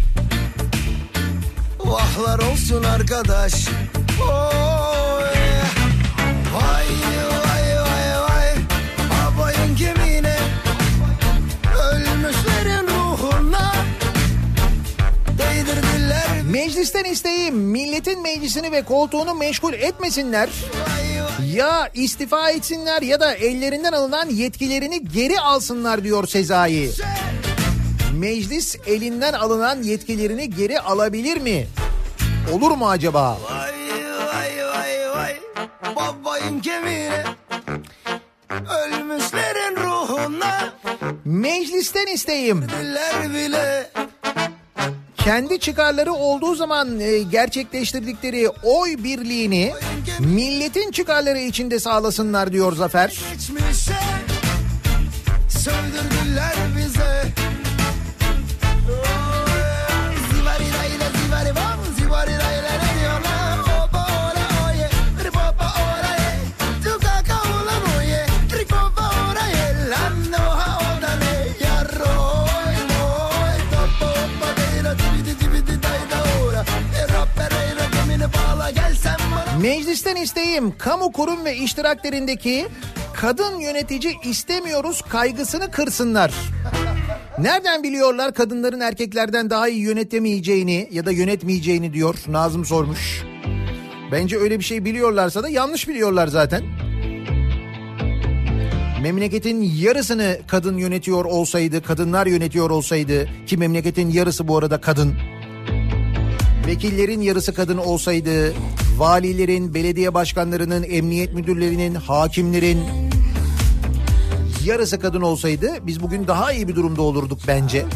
[SPEAKER 3] Vahlar olsun arkadaş. Oh, yeah. Vay vay vay vay, abayın kemiğine, ölmüşlerin ruhuna değdirdiler.
[SPEAKER 2] Meclisten isteğim, milletin meclisini ve koltuğunu meşgul etmesinler. Ya istifa etsinler ya da ellerinden alınan yetkilerini geri alsınlar diyor Sezai. Meclis elinden alınan yetkilerini geri alabilir mi? Olur mu acaba?
[SPEAKER 3] Vay vay vay vay, babayın kemiğine, ölmüşlerin ruhuna
[SPEAKER 2] meclisten isteğim.
[SPEAKER 3] diller bile.
[SPEAKER 2] kendi çıkarları olduğu zaman gerçekleştirdikleri oy birliğini milletin çıkarları içinde sağlasınlar diyor Zafer.
[SPEAKER 3] Geçmişe söndürdüler bize. Zivarirayla zivarivam, zivarirayla ne diyorlar? Opa ora oye, tripopa ora ye, tukaka ula moye, tripopa ora ye, lannoha oda ne, yarroy moy, topopa deira, tibidi dayda ora, rappereira gemini bağla gelsen bana.
[SPEAKER 2] Meclisten isteğim kamu kurum ve iştiraklerindeki kadın yönetici istemiyoruz kaygısını kırsınlar. Nereden biliyorlar kadınların erkeklerden daha iyi yönetemeyeceğini ya da yönetmeyeceğini diyor Nazım sormuş. Bence öyle bir şey biliyorlarsa da yanlış biliyorlar zaten. Memleketin yarısını kadın yönetiyor olsaydı, kadınlar yönetiyor olsaydı ki memleketin yarısı bu arada kadın. Vekillerin yarısı kadın olsaydı, valilerin, belediye başkanlarının, emniyet müdürlerinin, hakimlerin yarısı kadın olsaydı biz bugün daha iyi bir durumda olurduk bence.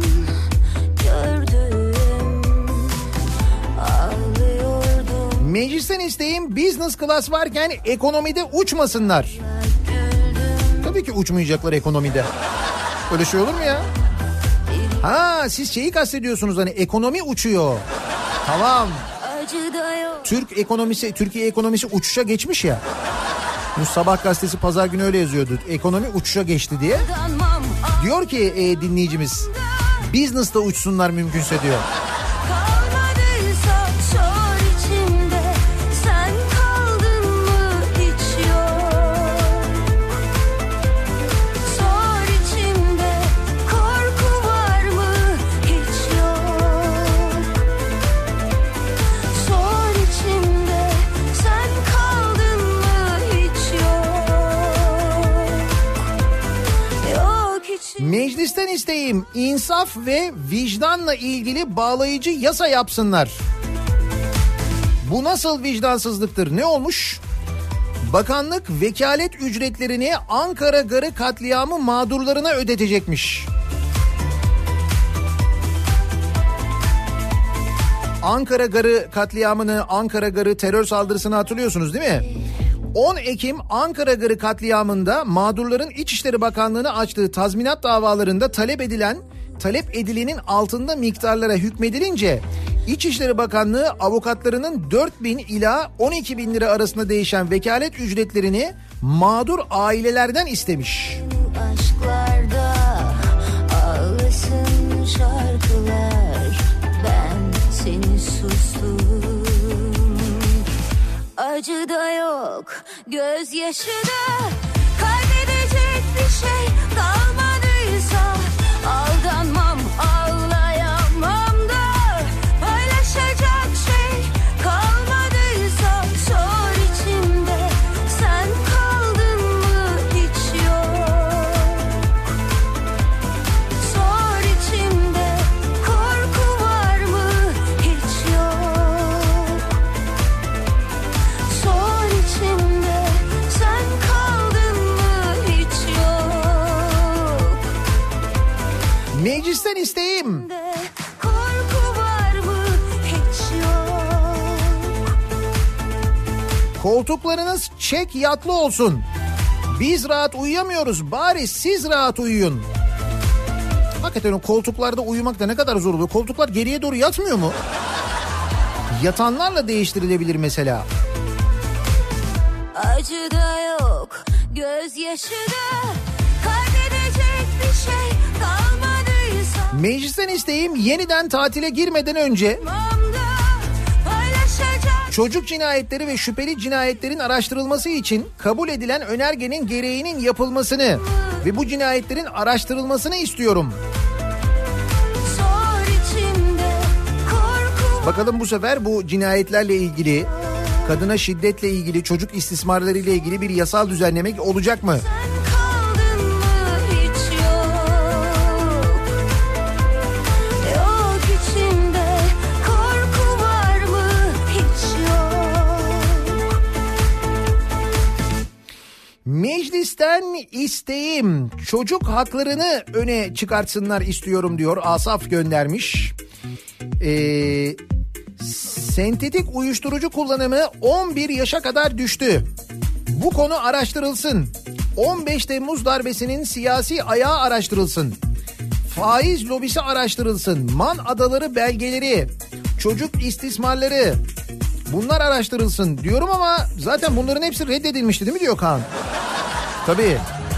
[SPEAKER 2] Meclisten isteğim business class varken ekonomide uçmasınlar. Tabii ki uçmayacaklar ekonomide. Öyle şey olur mu ya? Ha, siz şeyi kastediyorsunuz, hani ekonomi uçuyor. Tamam. Türkiye ekonomisi uçuşa geçmiş ya. Bu Sabah gazetesi pazar günü öyle yazıyordu. Ekonomi uçuşa geçti diye. Diyor ki dinleyicimiz, business'ta uçsunlar mümkünse diyor. Meclisten isteğim insaf ve vicdanla ilgili bağlayıcı yasa yapsınlar. Bu nasıl vicdansızlıktır? Ne olmuş? Bakanlık vekalet ücretlerini Ankara Garı katliamı mağdurlarına ödetecekmiş. Ankara Garı katliamını, Ankara Garı terör saldırısını hatırlıyorsunuz değil mi? 10 Ekim Ankara Garı katliamında mağdurların İçişleri Bakanlığı'na açtığı tazminat davalarında talep edilenin altında miktarlara hükmedilince İçişleri Bakanlığı avukatlarının 4.000 ila 12.000 lira arasında değişen vekalet ücretlerini mağdur ailelerden istemiş.
[SPEAKER 12] Aşklarda ağlasın şarkılar, ben seni sustum. Acı da yok, gözyaşı da, kaybedecek bir şey kalmadıysa aldanmam, ağlayamam da, paylaşacak şey kalmadıysa sor içimde, sen kaldın mı hiç yok. Sor içimde, korku var mı hiç yok. Sor içimde, sen kaldın mı hiç yok.
[SPEAKER 2] Meclisten isteğim
[SPEAKER 12] Korku var mı hiç yok.
[SPEAKER 2] koltuklarınız çek yatlı olsun. Biz rahat uyuyamıyoruz, bari siz rahat uyuyun. Hakikaten o koltuklarda uyumak da ne kadar zor oluyor. Koltuklar geriye doğru yatmıyor mu? Yatanlarla değiştirilebilir mesela.
[SPEAKER 12] Acı da yok, gözyaşı da, kaybedecek bir şey kalmadıysa
[SPEAKER 2] Meclisten isteğim yeniden tatile girmeden önce
[SPEAKER 12] paylaşacak
[SPEAKER 2] çocuk cinayetleri ve şüpheli cinayetlerin araştırılması için kabul edilen önergenin gereğinin yapılmasını ve bu cinayetlerin araştırılmasını istiyorum.
[SPEAKER 12] sor içimde, korku
[SPEAKER 2] Bakalım bu sefer bu cinayetlerle ilgili, kadına şiddetle ilgili, çocuk istismarlarıyla ilgili bir yasal düzenleme olacak mı?
[SPEAKER 12] kaldın mı hiç yok. Yok içimde, korku var mı hiç yok.
[SPEAKER 2] Meclisten isteğim çocuk haklarını öne çıkartsınlar istiyorum diyor. Asaf göndermiş. Sentetik uyuşturucu kullanımı 11 yaşa kadar düştü. Bu konu araştırılsın. 15 Temmuz darbesinin siyasi ayağı araştırılsın. Faiz lobisi araştırılsın. Man adaları belgeleri, çocuk istismarları, bunlar araştırılsın diyorum ama zaten bunların hepsi reddedilmişti değil mi diyor Kaan? Tabii.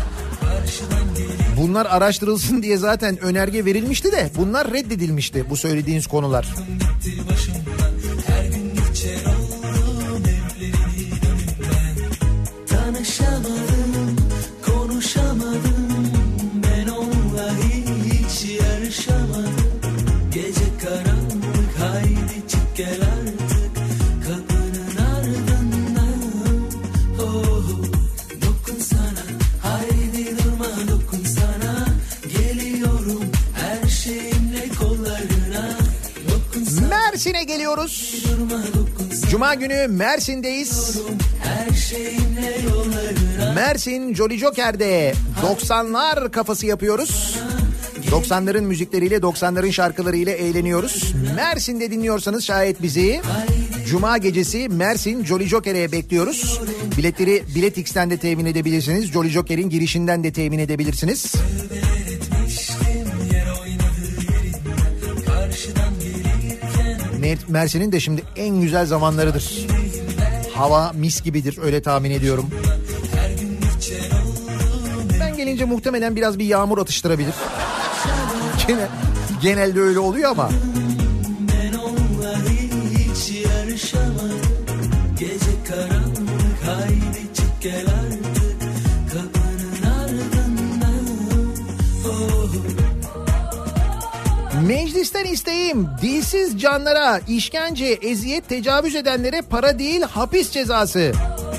[SPEAKER 2] Bunlar araştırılsın diye zaten önerge verilmişti de bunlar reddedilmişti, bu söylediğiniz konular.
[SPEAKER 5] Tanışamadım, konuşamadım, ben onunla hiç yarışamadım. Gece karanlık, haydi çık gel artık kapının ardından. Oh, dokun sana, haydi durma dokun sana. Geliyorum her şeyimle kollarına. Dokun sana.
[SPEAKER 2] Mersin'e geliyoruz. Cuma günü Mersin'deyiz. Mersin Jolly Joker'de 90'lar kafası yapıyoruz. 90'ların müzikleriyle, 90'ların şarkılarıyla eğleniyoruz. Mersin'de dinliyorsanız şayet bizi Cuma gecesi Mersin Jolly Joker'e bekliyoruz. Biletleri Biletix'ten de temin edebilirsiniz. Jolly Joker'in girişinden de temin edebilirsiniz. Mersin'in de şimdi en güzel zamanlarıdır. Hava mis gibidir, öyle tahmin ediyorum. Ben gelince muhtemelen biraz bir yağmur atıştırabilir. Genelde öyle oluyor ama.
[SPEAKER 5] Ben onunla hiç yarışamadım. Gece karanlık, haydi çık gel artık kapının ardından. Oh.
[SPEAKER 2] Meclisten isteğim dilsiz canlara, işkence, eziyet, tecavüz edenlere para değil hapis cezası.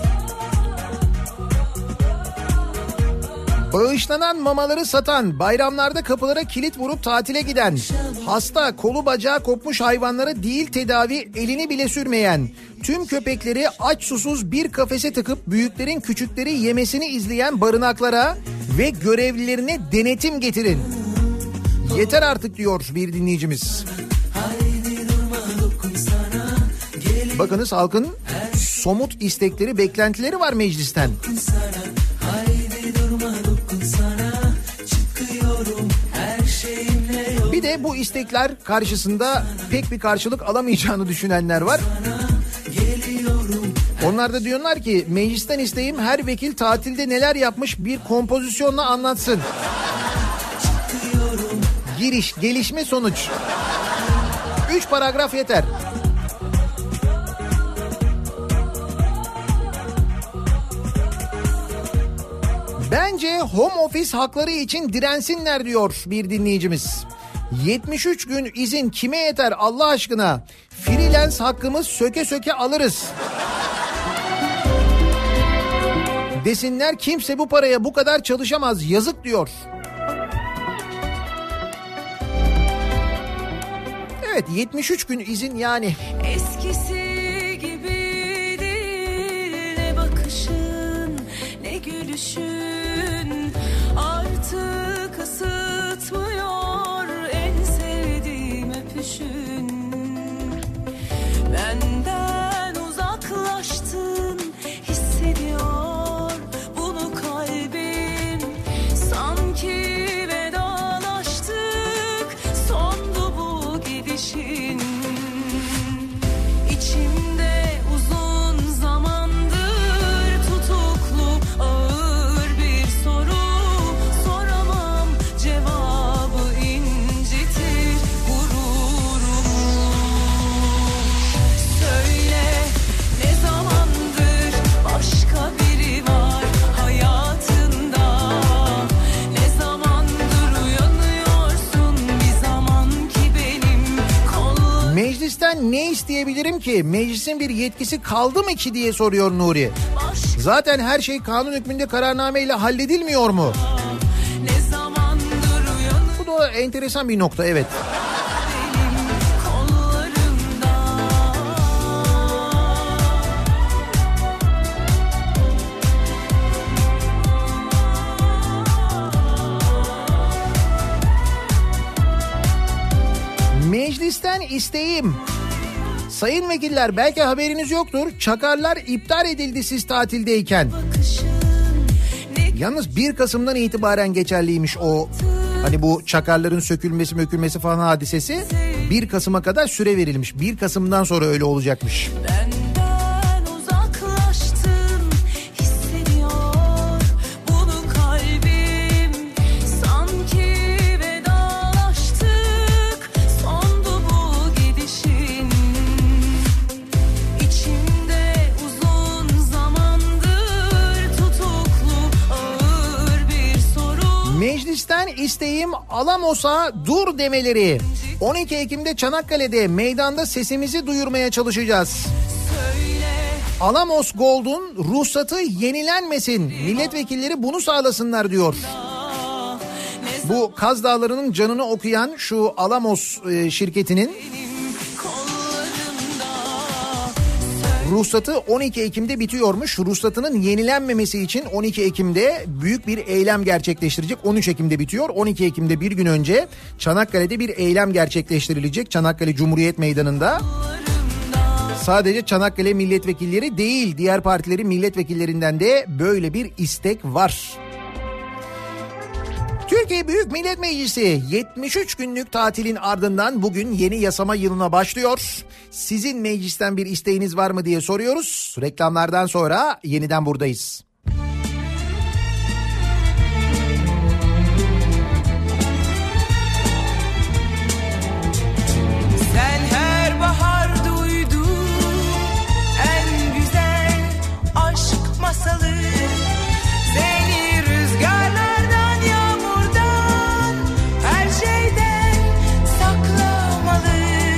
[SPEAKER 2] Bağışlanan mamaları satan, bayramlarda kapılara kilit vurup tatile giden, hasta, kolu bacağı kopmuş hayvanlara değil tedavi, elini bile sürmeyen, tüm köpekleri aç susuz bir kafese tıkıp büyüklerin küçükleri yemesini izleyen barınaklara ve görevlilerine denetim getirin. Yeter artık diyor bir dinleyicimiz. Bakınız halkın somut istekleri, beklentileri var meclisten. Bir de bu istekler karşısında pek bir karşılık alamayacağını düşünenler var. Onlar da diyorlar ki meclisten isteğim her vekil tatilde neler yapmış bir kompozisyonla anlatsın. Giriş, gelişme, sonuç. 3 paragraf yeter. Bence home office hakları için dirensinler diyor bir dinleyicimiz. 73 gün izin kime yeter Allah aşkına? Freelance hakkımız söke söke alırız. Desinler, kimse bu paraya bu kadar çalışamaz, yazık diyor. Evet, 73 gün izin yani.
[SPEAKER 9] Eskisi gibi değil, ne bakışın ne gülüşün artık ısıtmıyor en sevdiğim öpüşün. Benden uzaklaştın hissediyor bunu kalbim, sanki vedalaştık sondu bu gidişin. İçimde uzun zamandır tutuklu ağır bir soru, soramam cevabı incitir gururumu. Söyle, ne zamandır başka biri var hayatında? Ne zamandır uyanıyorsun bir zaman ki benim kollarım.
[SPEAKER 2] Meclisten ne isteyebilirim ki? Meclisin bir yetkisi kaldı mı ki diye soruyor Nuri. Zaten her şey kanun hükmünde kararnameyle halledilmiyor mu?
[SPEAKER 9] Ne zamandır
[SPEAKER 2] Bu da enteresan bir nokta, evet. Meclisten isteğim. Sayın vekiller, belki haberiniz yoktur. Çakarlar iptal edildi siz tatildeyken. Yalnız 1 Kasım'dan itibaren geçerliymiş o. Hani bu çakarların sökülmesi falan hadisesi 1 Kasım'a kadar süre verilmiş. 1 Kasım'dan sonra öyle olacakmış.
[SPEAKER 9] Benden uzaklaştın, hissediyor bunu kalbim. Sanki vedalaştık, sondu bu gidişin. İçimde uzun zamandır tutuklu ağır bir sorun.
[SPEAKER 2] Meclisten isteğim Alamos'a dur demeleri. 12 Ekim'de Çanakkale'de meydanda sesimizi duyurmaya çalışacağız. Alamos Gold'un ruhsatı yenilenmesin. Milletvekilleri bunu sağlasınlar diyor. Bu Kaz Dağları'nın canını okuyan şu Alamos şirketinin ruhsatı 12 Ekim'de bitiyormuş. Ruhsatının yenilenmemesi için 12 Ekim'de büyük bir eylem gerçekleştirecek. 13 Ekim'de bitiyor. 12 Ekim'de bir gün önce Çanakkale'de bir eylem gerçekleştirilecek. Çanakkale Cumhuriyet Meydanı'nda. Sadece Çanakkale milletvekilleri değil, diğer partilerin milletvekillerinden de böyle bir istek var. Türkiye Büyük Millet Meclisi 73 günlük tatilin ardından bugün yeni yasama yılına başlıyor. Sizin meclisten bir isteğiniz var mı diye soruyoruz. Reklamlardan sonra yeniden buradayız.
[SPEAKER 9] Sen her bahar duydun en güzel aşk masalı. Seni rüzgarlardan, yağmurdan, her şeyden saklamalı.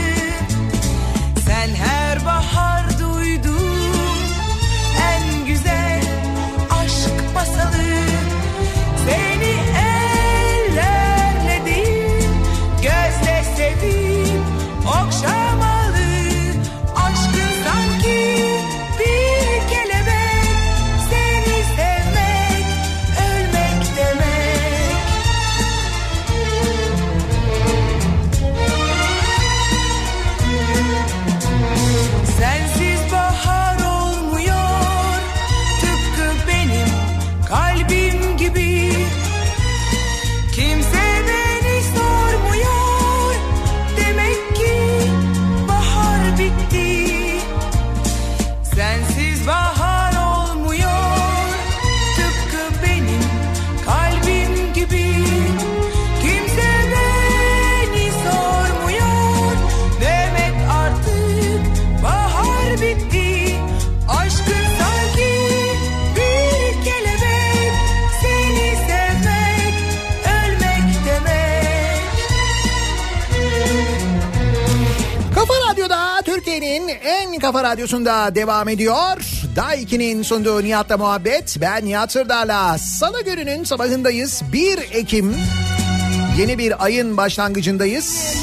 [SPEAKER 9] Sen her bahar duydun en güzel aşk masalı. Seni ellerle değil, gözle sevip okşamalı. Aşkın sanki bir kelebek, seni sevmek, ölmek demek. Sensiz bahar olmuyor, tıpkı benim kalbim gibi. Kimse beni sormuyor, demek ki bahar bitti. Sensiz bahar olmuyor, tıpkı benim kalbim gibi. Kimse beni sormuyor, demek artık bahar bitti. Aşkın sanki bir kelebek, seni sevmek, ölmek demek.
[SPEAKER 2] Kafa Radyo'da, Türkiye'nin en kafa radyosunda devam ediyor. Daiki'nin sunduğu Nihat'la muhabbet. Ben Nihat Sırdar'la. Salı gününün sabahındayız. 1 Ekim. Yeni bir ayın başlangıcındayız.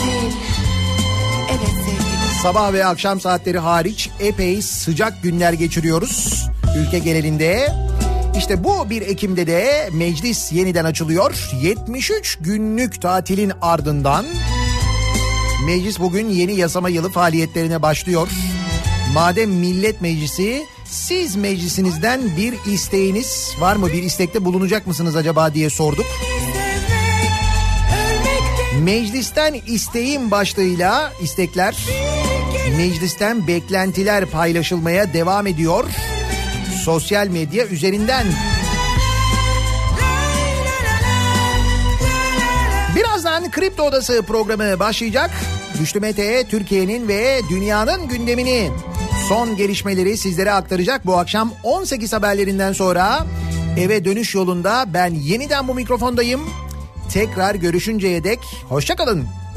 [SPEAKER 9] Evet sevgilim.
[SPEAKER 2] Sabah ve akşam saatleri hariç epey sıcak günler geçiriyoruz ülke genelinde. İşte bu 1 Ekim'de de meclis yeniden açılıyor. 73 günlük tatilin ardından meclis bugün yeni yasama yılı faaliyetlerine başlıyor. Madem Millet Meclisi, siz meclisinizden bir isteğiniz var mı? Bir istekte bulunacak mısınız acaba diye sorduk. Meclisten isteğim başlığıyla istekler, meclisten beklentiler paylaşılmaya devam ediyor. Sosyal medya üzerinden. Birazdan Kripto Odası programı başlayacak. Güçlü Mete Türkiye'nin ve dünyanın gündemini, son gelişmeleri sizlere aktaracak. Bu akşam 18 haberlerinden sonra eve dönüş yolunda ben yeniden bu mikrofondayım. Tekrar görüşünceye dek hoşça kalın.